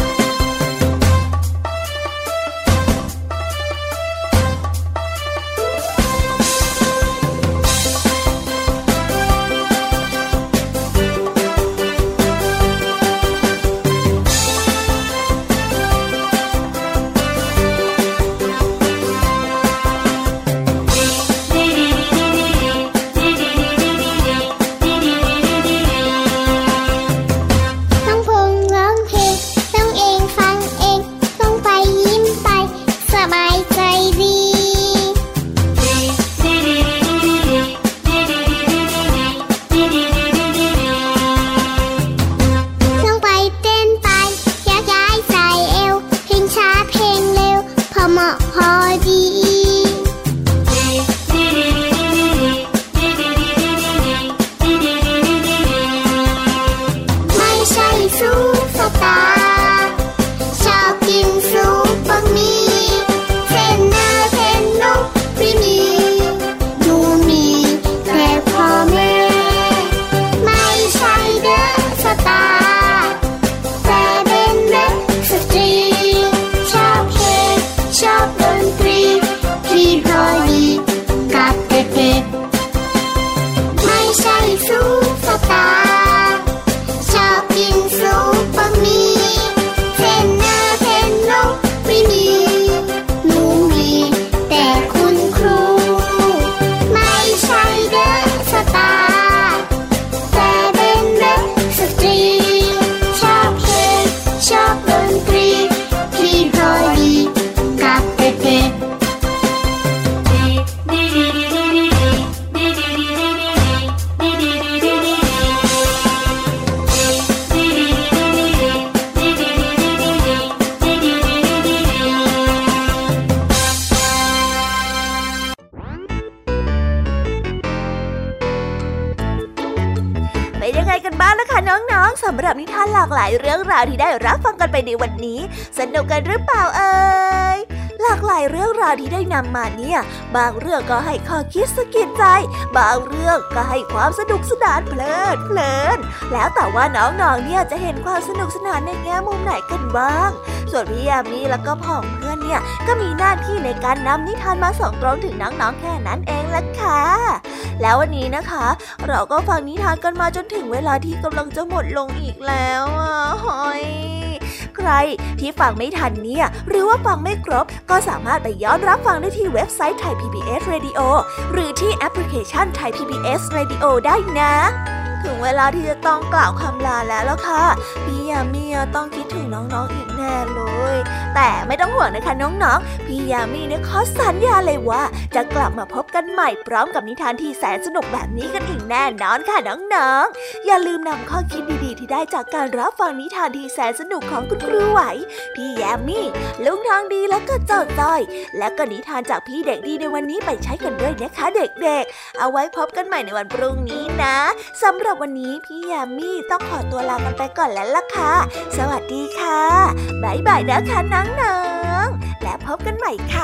สำหรับนิทานหลากหลายเรื่องราวที่ได้รับฟังกันไปในวันนี้สนุกกันหรือเปล่าเอ่ยหลากหลายเรื่องราวที่ได้นำมาเนี่ยบางเรื่องก็ให้ข้อคิดสะกิดใจบางเรื่องก็ให้ความสนุกสนานเพลินแล้วแต่ว่าน้องๆเนี่ยจะเห็นความสนุกสนานในแง่มุมไหนกันบ้างส่วนพี่ยามีแล้วก็พ่องเพื่อนเนี่ยก็มีหน้าที่ในการนำนิทานมาส่งตรงถึงน้องๆแค่นั้นเองล่ะค่ะแล้ววันนี้นะคะเราก็ฟังนิทานกันมาจนถึงเวลาที่กำลังจะหมดลงอีกแล้วหอยใครที่ฟังไม่ทันเนี่ยหรือว่าฟังไม่ครบก็สามารถไปย้อนรับฟังได้ที่เว็บไซต์ Thai PBS Radio หรือที่แอปพลิเคชัน Thai PBS Radio ได้นะถึงเวลาที่จะต้องกล่าวคำลาแล้วล่ะค่ะพี่ยามีต้องคิดถึงน้องๆอีกแน่เลยแต่ไม่ต้องห่วงนะคะน้องๆพี่ยามีเนี่ยขอสัญญาเลยว่าจะกลับมาพบกันใหม่พร้อมกับนิทานที่แสนสนุกแบบนี้กันอีกแน่นอนค่ะน้องๆอย่าลืมนำข้อคิดดีๆที่ได้จากการรับฟังนิทานที่แสนสนุกของคุณครูไหวพี่ยามีลุงทองดีและก็เจ้าจ้อยและก็นิทานจากพี่เด็กดีในวันนี้ไปใช้กันด้วยนะคะเด็กๆเอาไว้พบกันใหม่ในวันพรุ่งนี้นะสำหรับวันนี้พี่ยามีต้องขอตัวลากันไปก่อนแล้วล่ะค่ะสวัสดีค่ะบ๊ายบายนะคะน้องๆและพบกันใหม่ค่ะ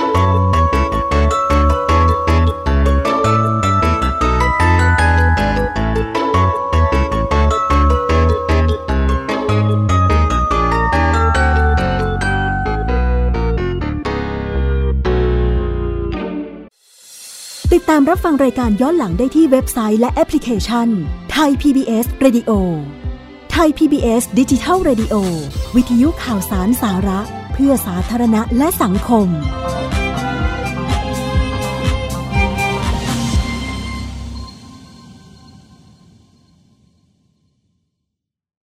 ติดตามรับฟังรายการย้อนหลังได้ที่เว็บไซต์และแอปพลิเคชัน Thai PBS Radio Thai PBS Digital Radio วิทยุข่าวสารสาระเพื่อสาธารณะและสังคม